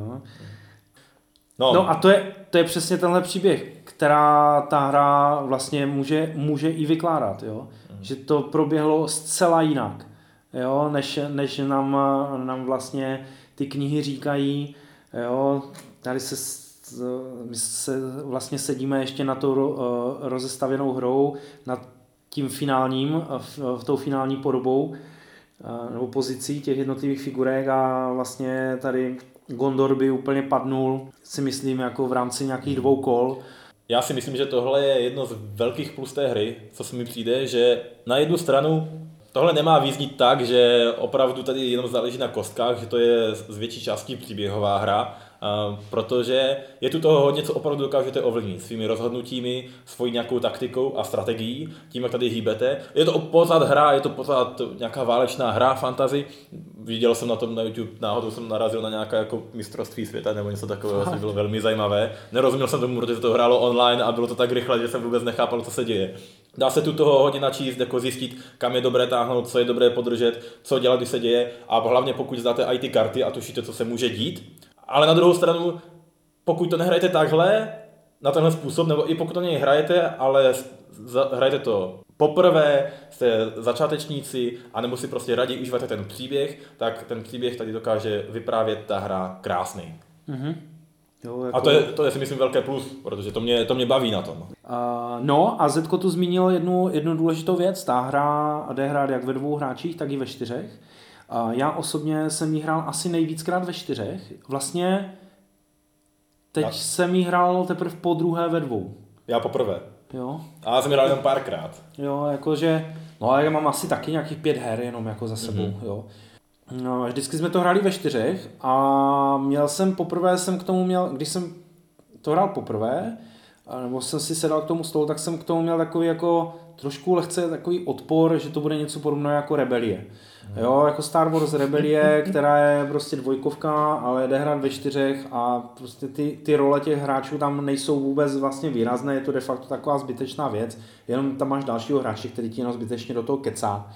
No a to je přesně tenhle příběh, která ta hra vlastně může i vykládat. Jo? Že to proběhlo zcela jinak, jo? Než nám vlastně ty knihy říkají. Jo? Tady my se vlastně sedíme ještě na tou rozestavěnou hrou, nad tím tou finální podobou nebo pozicí těch jednotlivých figurek, a vlastně tady Gondor by úplně padnul, si myslím, jako v rámci nějakých 2 kol. Já si myslím, že tohle je jedno z velkých plus té hry, co se mi přijde, že na jednu stranu tohle nemá vyznít tak, že opravdu tady jenom záleží na kostkách, že to je z větší části příběhová hra, protože je tu toho hodně, co opravdu dokážete ovlivnit svými rozhodnutími, svojí nějakou taktikou a strategií, tím, jak tady hýbete. Je to pořád hra, je to pořád nějaká válečná hra, fantasy. Viděl jsem na tom na YouTube, náhodou jsem narazil na nějaké jako mistrovství světa nebo něco takového, což bylo velmi zajímavé. Nerozuměl jsem tomu, protože se to hrálo online a bylo to tak rychle, že jsem vůbec nechápal, co se děje. Dá se tu toho hodně načíst, jako zjistit, kam je dobré táhnout, co je dobré podržet, co dělat, když se děje, a hlavně pokud zdáte i ty karty a tušíte, co se může dít. Ale na druhou stranu, pokud to nehrajete takhle, na tenhle způsob, nebo i pokud to něj hrajete, ale hrajete to poprvé, jste začátečníci, anebo si prostě raději užíváte ten příběh, tak ten příběh tady dokáže vyprávět ta hra krásný. Mm-hmm. Jo, jako... A to je si myslím velké plus, protože to mě baví na tom. No a Zetko tu zmínil jednu důležitou věc. Ta hra jde hrát jak ve 2 hráčích, tak i ve 4. Já osobně jsem jí hrál asi nejvíckrát ve 4. Vlastně teď jsem jí hrál teprve po druhé ve 2. Já poprvé. Jo. A já jsem hrál jenom párkrát. Jo, jakože, no ale já mám asi taky nějakých 5 her jenom jako za sebou, jo. No, vždycky jsme to hráli ve 4 a když jsem to hrál poprvé, nebo jsem si sedal k tomu stolu, tak jsem k tomu měl takový jako trošku lehce takový odpor, že to bude něco podobného jako Rebelie. Jo, jako Star Wars Rebelie, která je prostě 2, ale jde hrát ve 4 a prostě ty role těch hráčů tam nejsou vůbec vlastně výrazné, je to de facto taková zbytečná věc, jenom tam máš dalšího hráče, který ti jenom zbytečně do toho kecá.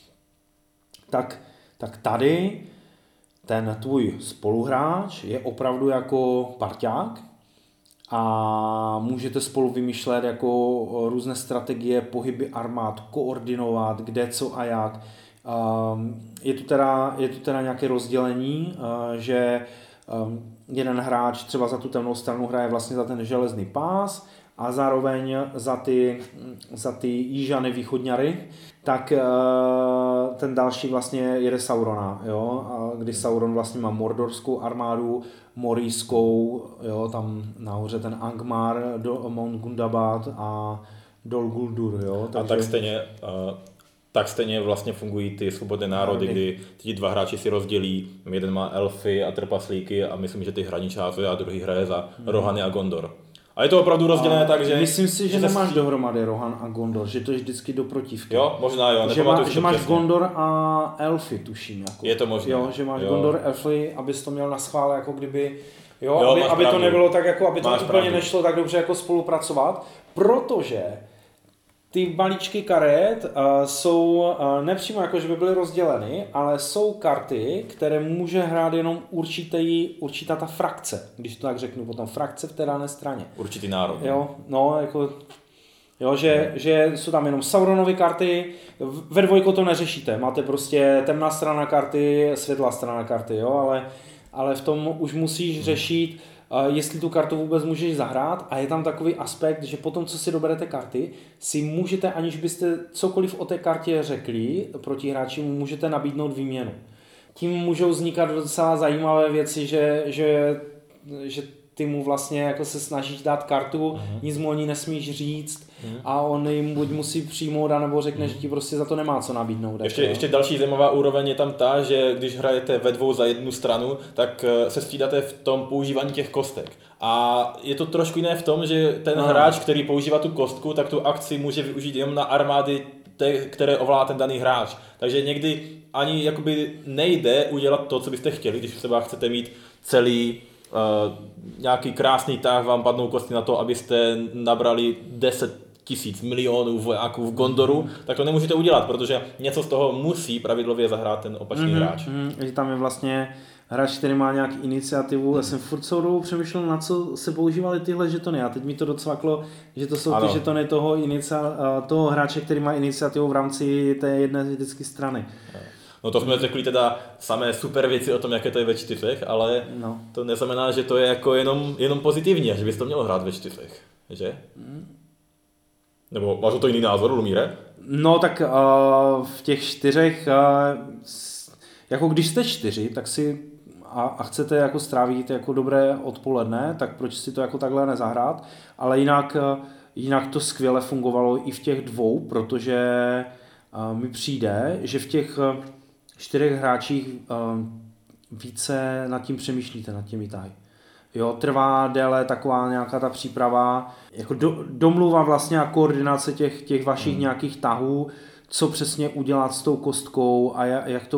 Tak tady ten tvůj spoluhráč je opravdu jako parťák a můžete spolu vymýšlet jako různé strategie, pohyby armád, koordinovat, kde, co a jak. Je tu teda nějaké rozdělení, že jeden hráč třeba za tu temnou stranu hraje vlastně za ten železný pás a zároveň za ty jižany východňary, tak ten další vlastně jede Saurona, jo? A když Sauron vlastně má mordorskou armádu, morijskou, jo? Tam nahoře ten Angmar, Mount Gundabad a Dol Guldur, jo? Takže... A tak stejně vlastně fungují ty svobodné národy, kdy ti 2 hráči si rozdělí, jeden má elfy a trpaslíky a myslím, že ty hraničáři a druhý hraje za Rohany a Gondor. A je to opravdu rozdělené tak, že... Myslím si, že nemáš dohromady Rohan a Gondor, že to je vždycky do protivky. Jo, možná jo, že máš Gondor a elfy, tuším. Jako. Je to možné. Jo, že máš Gondor, elfy, abys to měl na schvál, jako kdyby... Jo, aby to nebylo tak, jako aby to úplně nešlo tak dobře jako spolupracovat, protože Ty balíčky karet jsou nepřímo jako, že by byly rozděleny, ale jsou karty, které může hrát jenom určitá ta frakce, když to tak řeknu, potom frakce v té dané straně. Určitý národ. Jo, no, jako... Jo, že jsou tam jenom Sauronovy karty, ve dvojku to neřešíte, máte prostě temná strana karty, světlá strana karty, jo, ale v tom už musíš řešit, jestli tu kartu vůbec můžeš zahrát a je tam takový aspekt, že potom, co si doberete karty, si můžete, aniž byste cokoliv o té kartě řekli proti hráči, můžete nabídnout výměnu. Tím můžou vznikat docela zajímavé věci, že ty mu vlastně jako se snažíš dát kartu, nic mu o ní nesmíš říct a on jim buď musí přijmout, anebo řekne, že ti prostě za to nemá co nabídnout. Ještě další zajímavá úroveň je tam ta, že když hrajete ve dvou za jednu stranu, tak se střídáte v tom používání těch kostek. A je to trošku jiné v tom, že ten hráč, který používá tu kostku, tak tu akci může využít jenom na armády, které ovládá ten daný hráč. Takže někdy ani jakoby nejde udělat to, co byste chtěli, když třeba chcete mít celý nějaký krásný tah, vám padnou kosti na to, abyste nabrali 10 000 milionů vojáků v Gondoru, tak to nemůžete udělat, protože něco z toho musí pravidlově zahrát ten opačný hráč. Že tam je vlastně hráč, který má nějakou iniciativu. Já jsem furt celou dobu přemýšlel, na co se používaly tyhle žetony a teď mi to docvaklo, že to jsou ty žetony toho hráče, který má iniciativu v rámci té jedné vždycky strany. No to jsme řekli teda samé super věci o tom, jaké to je ve 4, ale to neznamená, že to je jako jenom pozitivní, že bys to mělo hrát ve 4, že? Nebo máš to jiný názor, Lumíre? No tak v těch 4, jako když jste 4, tak si a chcete jako strávit jako dobré odpoledne, tak proč si to jako takhle nezahrát, ale jinak to skvěle fungovalo i v těch 2, protože mi přijde, že v těch 4 hráčích více nad tím přemýšlíte, nad těmi tahy. Jo, trvá déle taková nějaká ta příprava, jako domluva vlastně a koordinace těch vašich nějakých tahů, co přesně udělat s tou kostkou a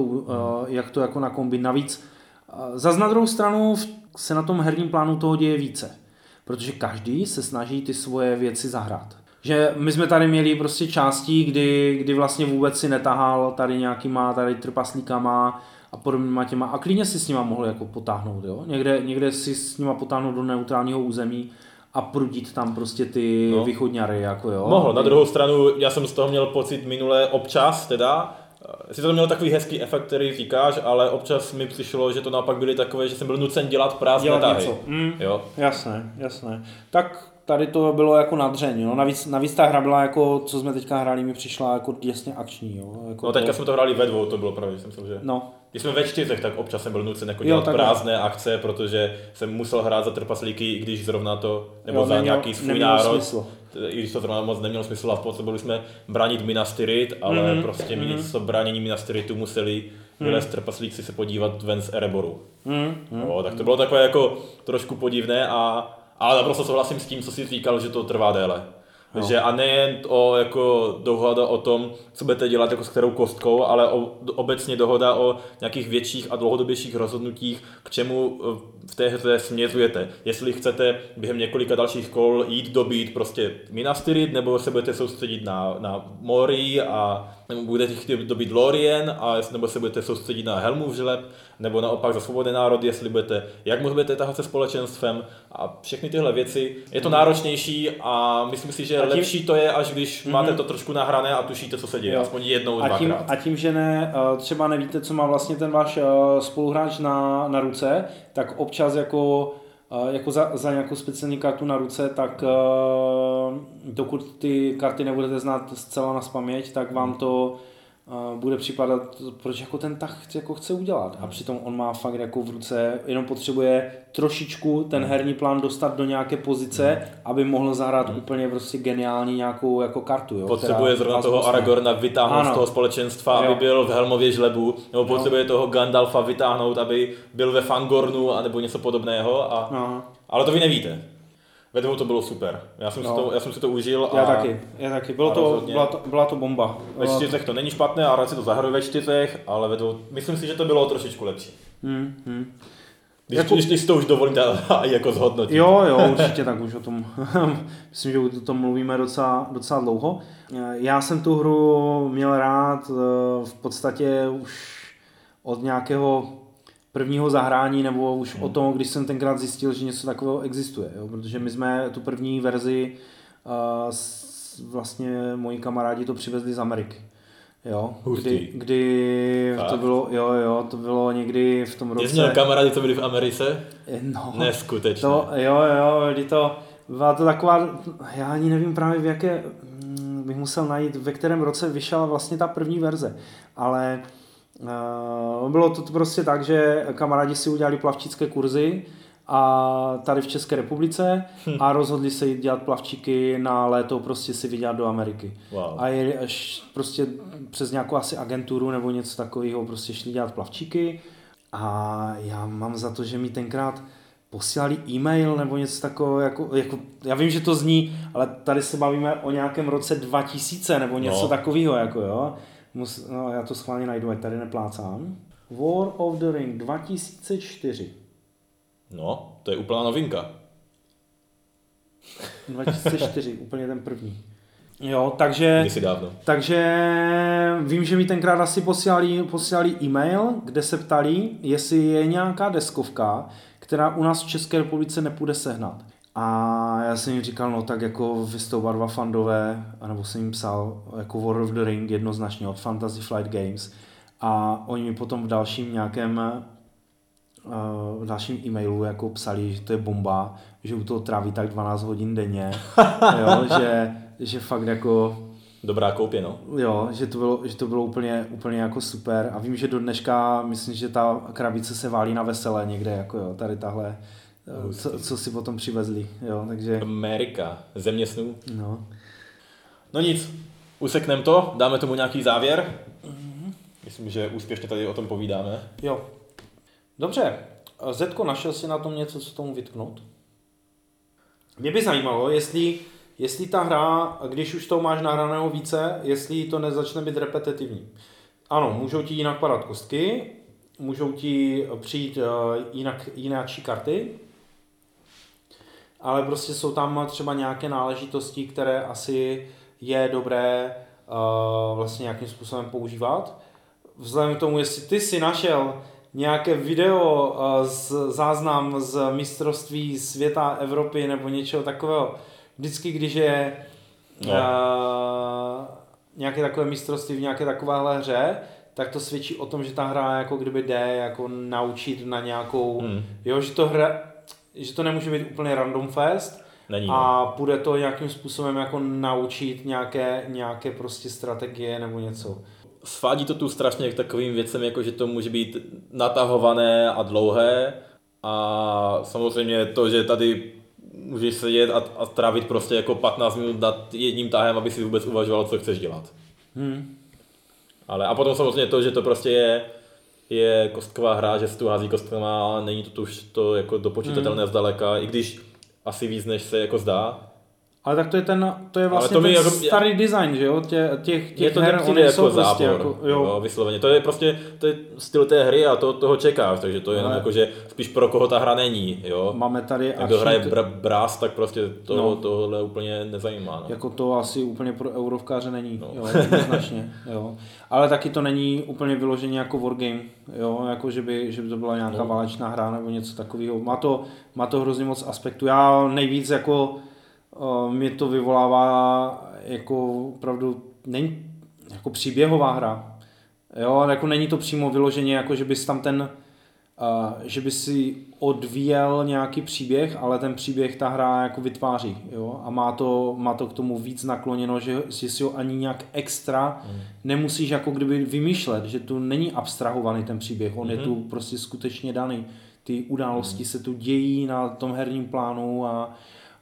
jak to jako nakombinovat. Navíc zas na druhou stranu se na tom herním plánu toho děje více, protože každý se snaží ty svoje věci zahrát. Že my jsme tady měli prostě části, kdy vlastně vůbec si netahal tady nějakýma tady trpaslíkama a podobnýma těma a klidně si s nima mohl jako potáhnout, jo? Někde si s nima potáhnout do neutrálního území a prudit tam prostě ty východňary, jako jo. Mohl, na druhou stranu já jsem z toho měl pocit minule občas teda, si to měl takový hezký efekt, který říkáš, ale občas mi přišlo, že to naopak byly takové, že jsem byl nucen dělat prázdné tahy. Jo? Jasné. Tak tady to bylo jako nadřeň, no. Navíc ta hra byla jako, co jsme teďka hráli, mi přišla jako jasně akční, jo. Jako no teďka jsme to hráli ve 2, to bylo pravda, že jsem myslel, že... No. Když jsme ve 4, tak občas jsem byl nucen jako dělat prázdné akce, protože jsem musel hrát za trpaslíky, i když zrovna to, nebo za nějaký svůj národ. I když to zrovna moc nemělo smysl a potřebovali jsme bránit Minas Tirith, ale prostě místo bránění Minas Tirithu museli vylézt trpaslíci se podívat ven z Ereboru. No, tak to bylo takové jako trošku podivné ale naprosto souhlasím s tím, co jsi říkal, že to trvá déle. No. Že a nejen jako dohoda o tom, co budete dělat jako s kterou kostkou, ale obecně dohoda o nějakých větších a dlouhodobějších rozhodnutích, k čemu v té hře směřujete. Jestli chcete během několika dalších kol jít dobít prostě Minas Tirith, nebo se budete soustředit na Morii a nebo budete chtít dobít Lorien, nebo se budete soustředit na Helmův žleb, nebo naopak za svobodný národ, jestli budete, jak moc budete tahat se společenstvem a všechny tyhle věci. Je to náročnější a myslím si, že lepší to je, až když máte to trošku nahrané a tušíte, co se děje, aspoň jednou, dvakrát. A tím, že třeba nevíte, co má vlastně ten váš spoluhráč na ruce, tak občas jako za nějakou speciální kartu na ruce, tak dokud ty karty nebudete znát zcela nazpaměť, tak vám to bude připadat, proč jako ten tah jako chce udělat. A přitom on má fakt jako v ruce, jenom potřebuje trošičku ten herní plán dostat do nějaké pozice, aby mohl zahrát úplně prostě geniální nějakou jako kartu. Jo, potřebuje zrovna toho Aragorna vytáhnout z toho společenstva, aby byl v Helmově žlebu, nebo potřebuje toho Gandalfa vytáhnout, aby byl ve Fangornu, anebo něco podobného. Ale to vy nevíte. Ve 2 to bylo super. Já jsem si to užil. Já taky. Byla to bomba. Ve 4 to není špatné a rád si to zahraju ve 4, ale ve 2 myslím si, že to bylo trošičku lepší. Když si to už dovolím a jako zhodnotit. Jo, určitě tak už o tom, myslím, že o tom mluvíme docela dlouho. Já jsem tu hru měl rád v podstatě už od nějakého prvního zahrání, nebo už o tom, když jsem tenkrát zjistil, že něco takového existuje. Jo? Protože my jsme tu první verzi, vlastně moji kamarádi to přivezli z Ameriky. Jo, kdy to bylo, to bylo někdy v tom roce. Jsi měl kamarády, co byli v Americe? No, neskutečně. Kdy to byla to taková, já ani nevím právě v jaké, bych musel najít, ve kterém roce vyšla vlastně ta první verze, ale bylo to prostě tak, že kamarádi si udělali plavčické kurzy a tady v České republice a rozhodli se jít dělat plavčíky na léto, prostě si vydělat do Ameriky. Wow. A až prostě přes nějakou asi agenturu nebo něco takového prostě šli dělat plavčíky a já mám za to, že mi tenkrát posílali e-mail nebo něco takového, jako, já vím, že to zní, ale tady se bavíme o nějakém roce 2000 nebo něco takového, jako jo. Já to schválně najdu, ať tady neplácám. War of the Ring 2004. No, to je úplná novinka. 2004, úplně ten první. Jo, takže vím, že mi tenkrát asi posílali e-mail, kde se ptali, jestli je nějaká deskovka, která u nás v České republice nepůjde sehnat. A já jsem jim říkal, no tak jako vy jste oba dva fandové, anebo jsem jim psal jako War of the Ring jednoznačně od Fantasy Flight Games. A oni mi potom v dalším e-mailu jako psali, že to je bomba, že u toho tráví tak 12 hodin denně, jo, že fakt jako... Dobrá koupě, no. Jo, že to bylo úplně jako super a vím, že do dneška myslím, že ta krabice se válí na veselé někde, jako jo, tady tahle, co si potom přivezli, jo, takže... Amerika, země snů. No nic, usekneme to, dáme tomu nějaký závěr. Myslím, že úspěšně tady o tom povídáme. Jo. Dobře, Zetko, našel jsi na tom něco, co tomu vytknout? Mě by zajímalo, jestli ta hra, když už toho máš nahraného více, jestli to nezačne být repetitivní. Ano, můžou ti jinak padat kostky, můžou ti přijít jináčí karty, ale prostě jsou tam třeba nějaké náležitosti, které asi je dobré vlastně nějakým způsobem používat. Vzhledem k tomu, jestli ty si našel nějaké video záznam z mistrovství světa, Evropy nebo něčeho takového, vždycky, když je nějaké takové mistrovství v nějaké takovéhle hře, tak to svědčí o tom, že ta hra jako kdyby jde jako naučit na nějakou, jo, že to nemůže být úplně random fest. Není, a půjde to nějakým způsobem jako naučit nějaké prostě strategie nebo něco. Svádí to tu strašně k takovým věcem, jako že to může být natahované a dlouhé a samozřejmě to, že tady můžeš sedět a trávit prostě jako 15 minut nad jedním tahem, aby si vůbec uvažoval, co chceš dělat. Ale a potom samozřejmě to, že to prostě je kostková hra, že se tu hází kostkama a není to už to jako dopočítatelné zdaleka, i když asi víc, než se jako zdá. Ale tak to je vlastně ten jako, starý design, že jo, těch to her, oni jsou prostě zápor, jako, jo, vysloveně. To je styl té hry a toho čekáš, takže to je jenom jako, že spíš pro koho ta hra není, jo. Máme tady kdo hraje Brass, tak prostě tohle úplně nezajímá. No. Jako to asi úplně pro eurovkáře není, jo, jednoznačně, jo. Ale taky to není úplně vyloženě jako wargame, jo, jako že by to byla nějaká válečná hra nebo něco takového. Má to hrozně moc aspektů. Já nejvíc jako mě to vyvolává jako opravdu jako příběhová hra. Jo, jako není to přímo vyloženě jako, že bys tam že by si odvíjel nějaký příběh, ale ten příběh ta hra jako vytváří, jo, a má to k tomu víc nakloněno, že si ho ani nějak extra nemusíš jako kdyby vymýšlet, že tu není abstrahovaný ten příběh, on je tu prostě skutečně daný. Ty události se tu dějí na tom herním plánu a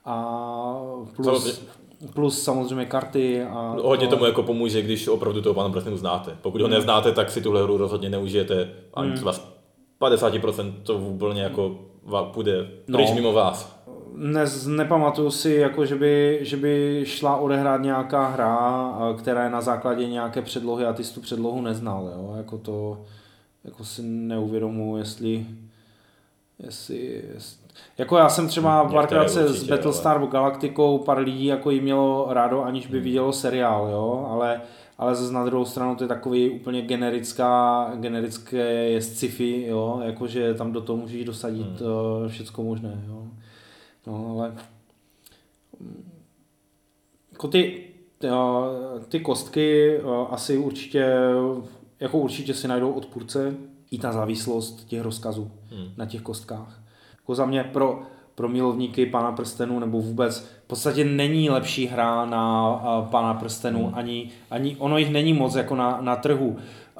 plus samozřejmě karty. A hodně tomu jako pomůže, když opravdu toho Pána prstenů znáte. Pokud ho neznáte, tak si tuhle hru rozhodně neužijete. Ani třeba 50% to úplně jako půjde pryč mimo vás. Nepamatuju si, jako, že by šla odehrát nějaká hra, která je na základě nějaké předlohy a ty jsi tu předlohu neznal. Jo? Jako to jako si neuvědomuji, Jako já jsem třeba párkrát se s Battlestar Galacticou pár lidí jako jí mělo rádo, aniž by vidělo seriál, jo, ale zase na druhou stranu to je takový úplně generické je sci-fi, jo, jakože tam do toho můžeš dosadit všecko možné, jo. No, ale jako ty kostky asi určitě si najdou odpůrce i ta závislost těch rozkazů na těch kostkách. Jako za mě pro milovníky Pána prstenů nebo vůbec v podstatě není lepší hra na Pána prstenů, ani ono jich není moc jako na trhu.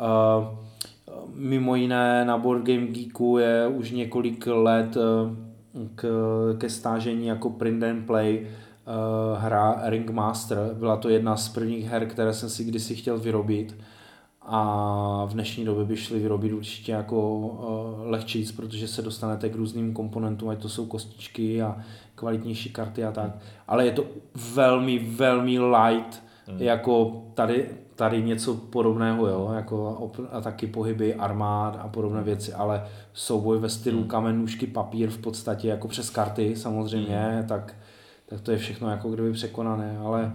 Mimo jiné na Board Game Geeku je už několik let ke stážení jako print and play hra Ringmaster. Byla to jedna z prvních her, které jsem si kdysi chtěl vyrobit a v dnešní době by šli vyrobit určitě jako lehčíc, protože se dostanete k různým komponentům, ať to jsou kostičky a kvalitnější karty a tak. Ale je to velmi, velmi light, jako tady něco podobného, jo, jako a taky pohyby armád a podobné věci, ale souboj ve stylu kamen, nůžky, papír v podstatě jako přes karty samozřejmě, tak to je všechno jako kdyby překonané, ale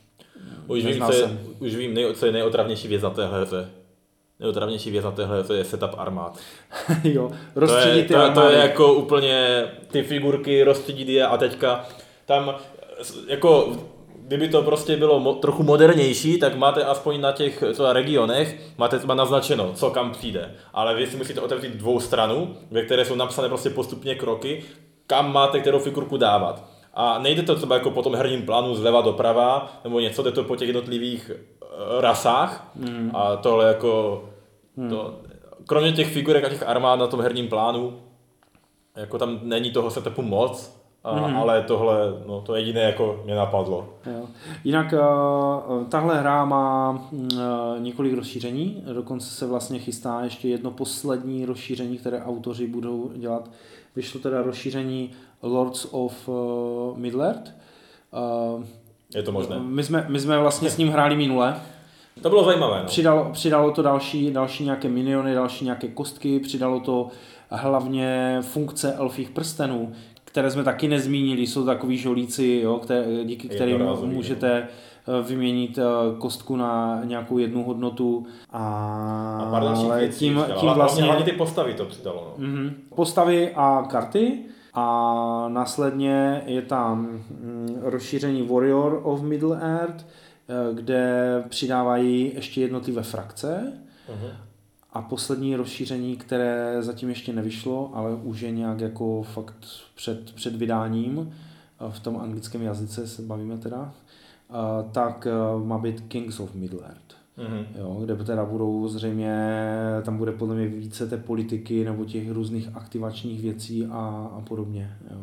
už vím, co je nejotravnější věc na téhle hře. Nejotravnější věc na téhle hře je setup armád. Jo, rozstředit ty armády. To je jako úplně ty figurky, rozstředit je a teďka tam jako kdyby to prostě bylo trochu modernější, tak máte aspoň na těch regionech, máte třeba naznačeno, co kam přijde. Ale vy si musíte otevřít dvou stranu, ve které jsou napsané prostě postupně kroky, kam máte kterou figurku dávat. A nejde to třeba jako po tom herním plánu zleva doprava, nebo něco, jde to po těch jednotlivých rasách. A tohle jako, kromě těch figurek a těch armád na tom herním plánu, jako tam není toho setupu moc. Ale tohle, no to jediné jako mě napadlo. Jo. Jinak tahle hra má několik rozšíření, dokonce se vlastně chystá ještě jedno poslední rozšíření, které autoři budou dělat. Vyšlo teda rozšíření Lords of Middle-earth. Je to možné. My jsme vlastně s ním hráli minule. To bylo zajímavé. No. Přidalo to další nějaké miniony, další nějaké kostky, přidalo to hlavně funkce elfích prstenů, které jsme taky nezmínili, jsou takový žolíci, jo, díky kterým můžete vyměnit kostku na nějakou jednu hodnotu. A pár dalších věcí. Tím vlastně hlavně ty postavy to přidalo. No. Postavy a karty. A následně je tam rozšíření Warrior of Middle-earth, kde přidávají ještě jednotlivé frakce. A poslední rozšíření, které zatím ještě nevyšlo, ale už je nějak jako fakt před vydáním, v tom anglickém jazyce se bavíme teda, tak má být Kings of Middle-earth. Jo, kde teda budou zřejmě, tam bude podle mě více té politiky nebo těch různých aktivačních věcí a podobně. Jo.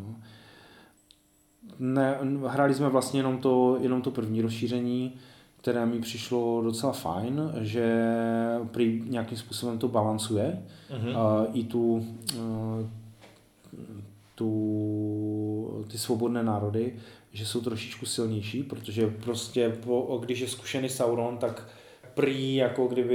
Hráli jsme vlastně jenom to první rozšíření, které mi přišlo docela fajn, že prý nějakým způsobem to balancuje i ty svobodné národy, že jsou trošičku silnější, protože prostě když je zkušený Sauron, tak prý jako kdyby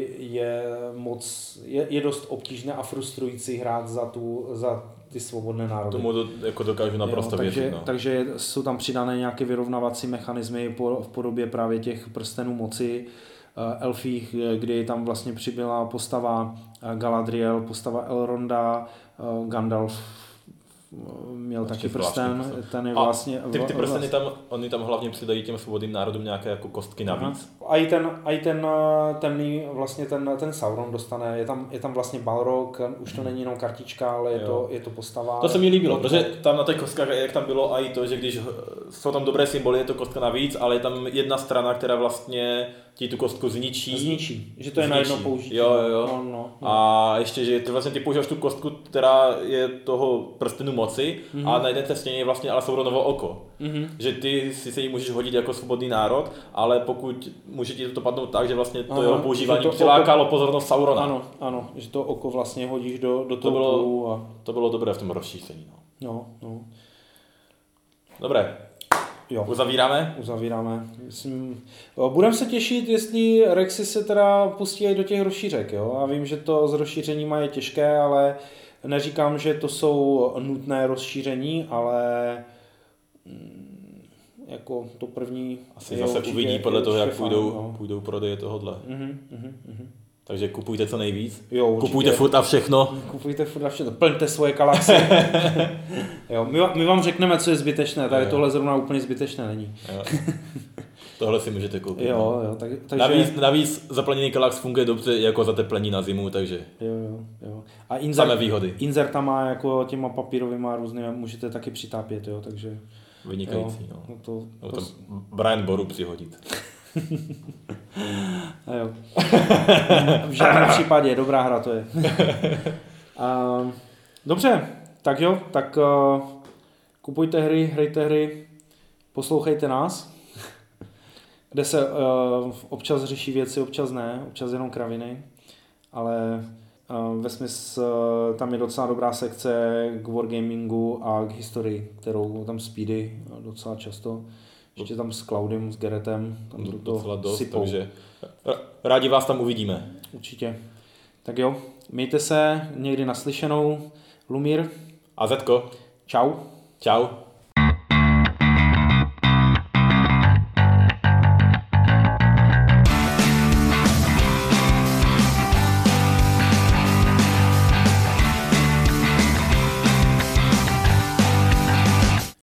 je dost obtížné a frustrující hrát za ty svobodné národy. Tomu jako dokážu naprosto věřit. No. Takže jsou tam přidané nějaké vyrovnávací mechanismy v podobě právě těch prstenů moci elfích, kdy tam vlastně přibyla postava Galadriel, postava Elronda, Gandalf měl taky prsten, ten je vlastně... Ty prsteny oni tam hlavně přidají těm svobodným národům nějaké jako kostky navíc. A i ten temný, vlastně ten Sauron dostane, je tam vlastně Balrog, už to není jenom kartička, ale je to postava. To se mi líbilo, protože tam na těch kostkách, jak tam bylo i to, že když jsou tam dobré symboly, je to kostka navíc, ale je tam jedna strana, která vlastně ti tu kostku zničí. Že to je na jedno použití. Jo. No. A ještě, že ty vlastně ty používáš tu kostku, která je toho prstenu moci a na jedné té stěně je vlastně ale Sauronovo oko. Že ty si se jí můžeš hodit jako svobodný národ, ale pokud může ti to padnout tak, že vlastně to jeho používání přilákalo pozornost Saurona. Ano, že to oko vlastně hodíš do toho to bylo dobré v tom rozšíření. No. Dobré. Jo. Uzavíráme. Budeme se těšit, jestli Rexy se teda pustí i do těch rozšířek. Jo? A vím, že to s rozšířením je těžké, ale neříkám, že to jsou nutné rozšíření, ale jako to první... Asi zase uvidí podle toho, jak půjdou prodeje tohodle. Takže kupujte co nejvíc. Jo, kupujte furt a všechno. Kupujte furt a všechno. Plňte svoje galaxy. Jo, my vám řekneme, co je zbytečné. Tady tohle zrovna úplně zbytečné není. Tohle si můžete koupit. Jo, takže... Navíc zaplněný galax funguje dobře jako zateplení na zimu, takže jo. A samé výhody. Inzerta má jako těma papírovýma různými, můžete taky přitápět, jo, takže... Vynikající, jo. No to Brian Boru přihodit. Jo. V žádném případě, dobrá hra to je. Dobře, tak jo, tak kupujte hry, hrajte hry, poslouchejte nás, kde se občas řeší věci, občas ne, občas jenom kraviny, ale vesměs tam je docela dobrá sekce k wargamingu a k historii, kterou tam Speedy docela často. Ještě tam s Cloudem, s Geretem, tam docela dost, takže rádi vás tam uvidíme. Určitě. Tak jo, mějte se, někdy naslyšenou. Lumír. A Zetko. Čau. Čau.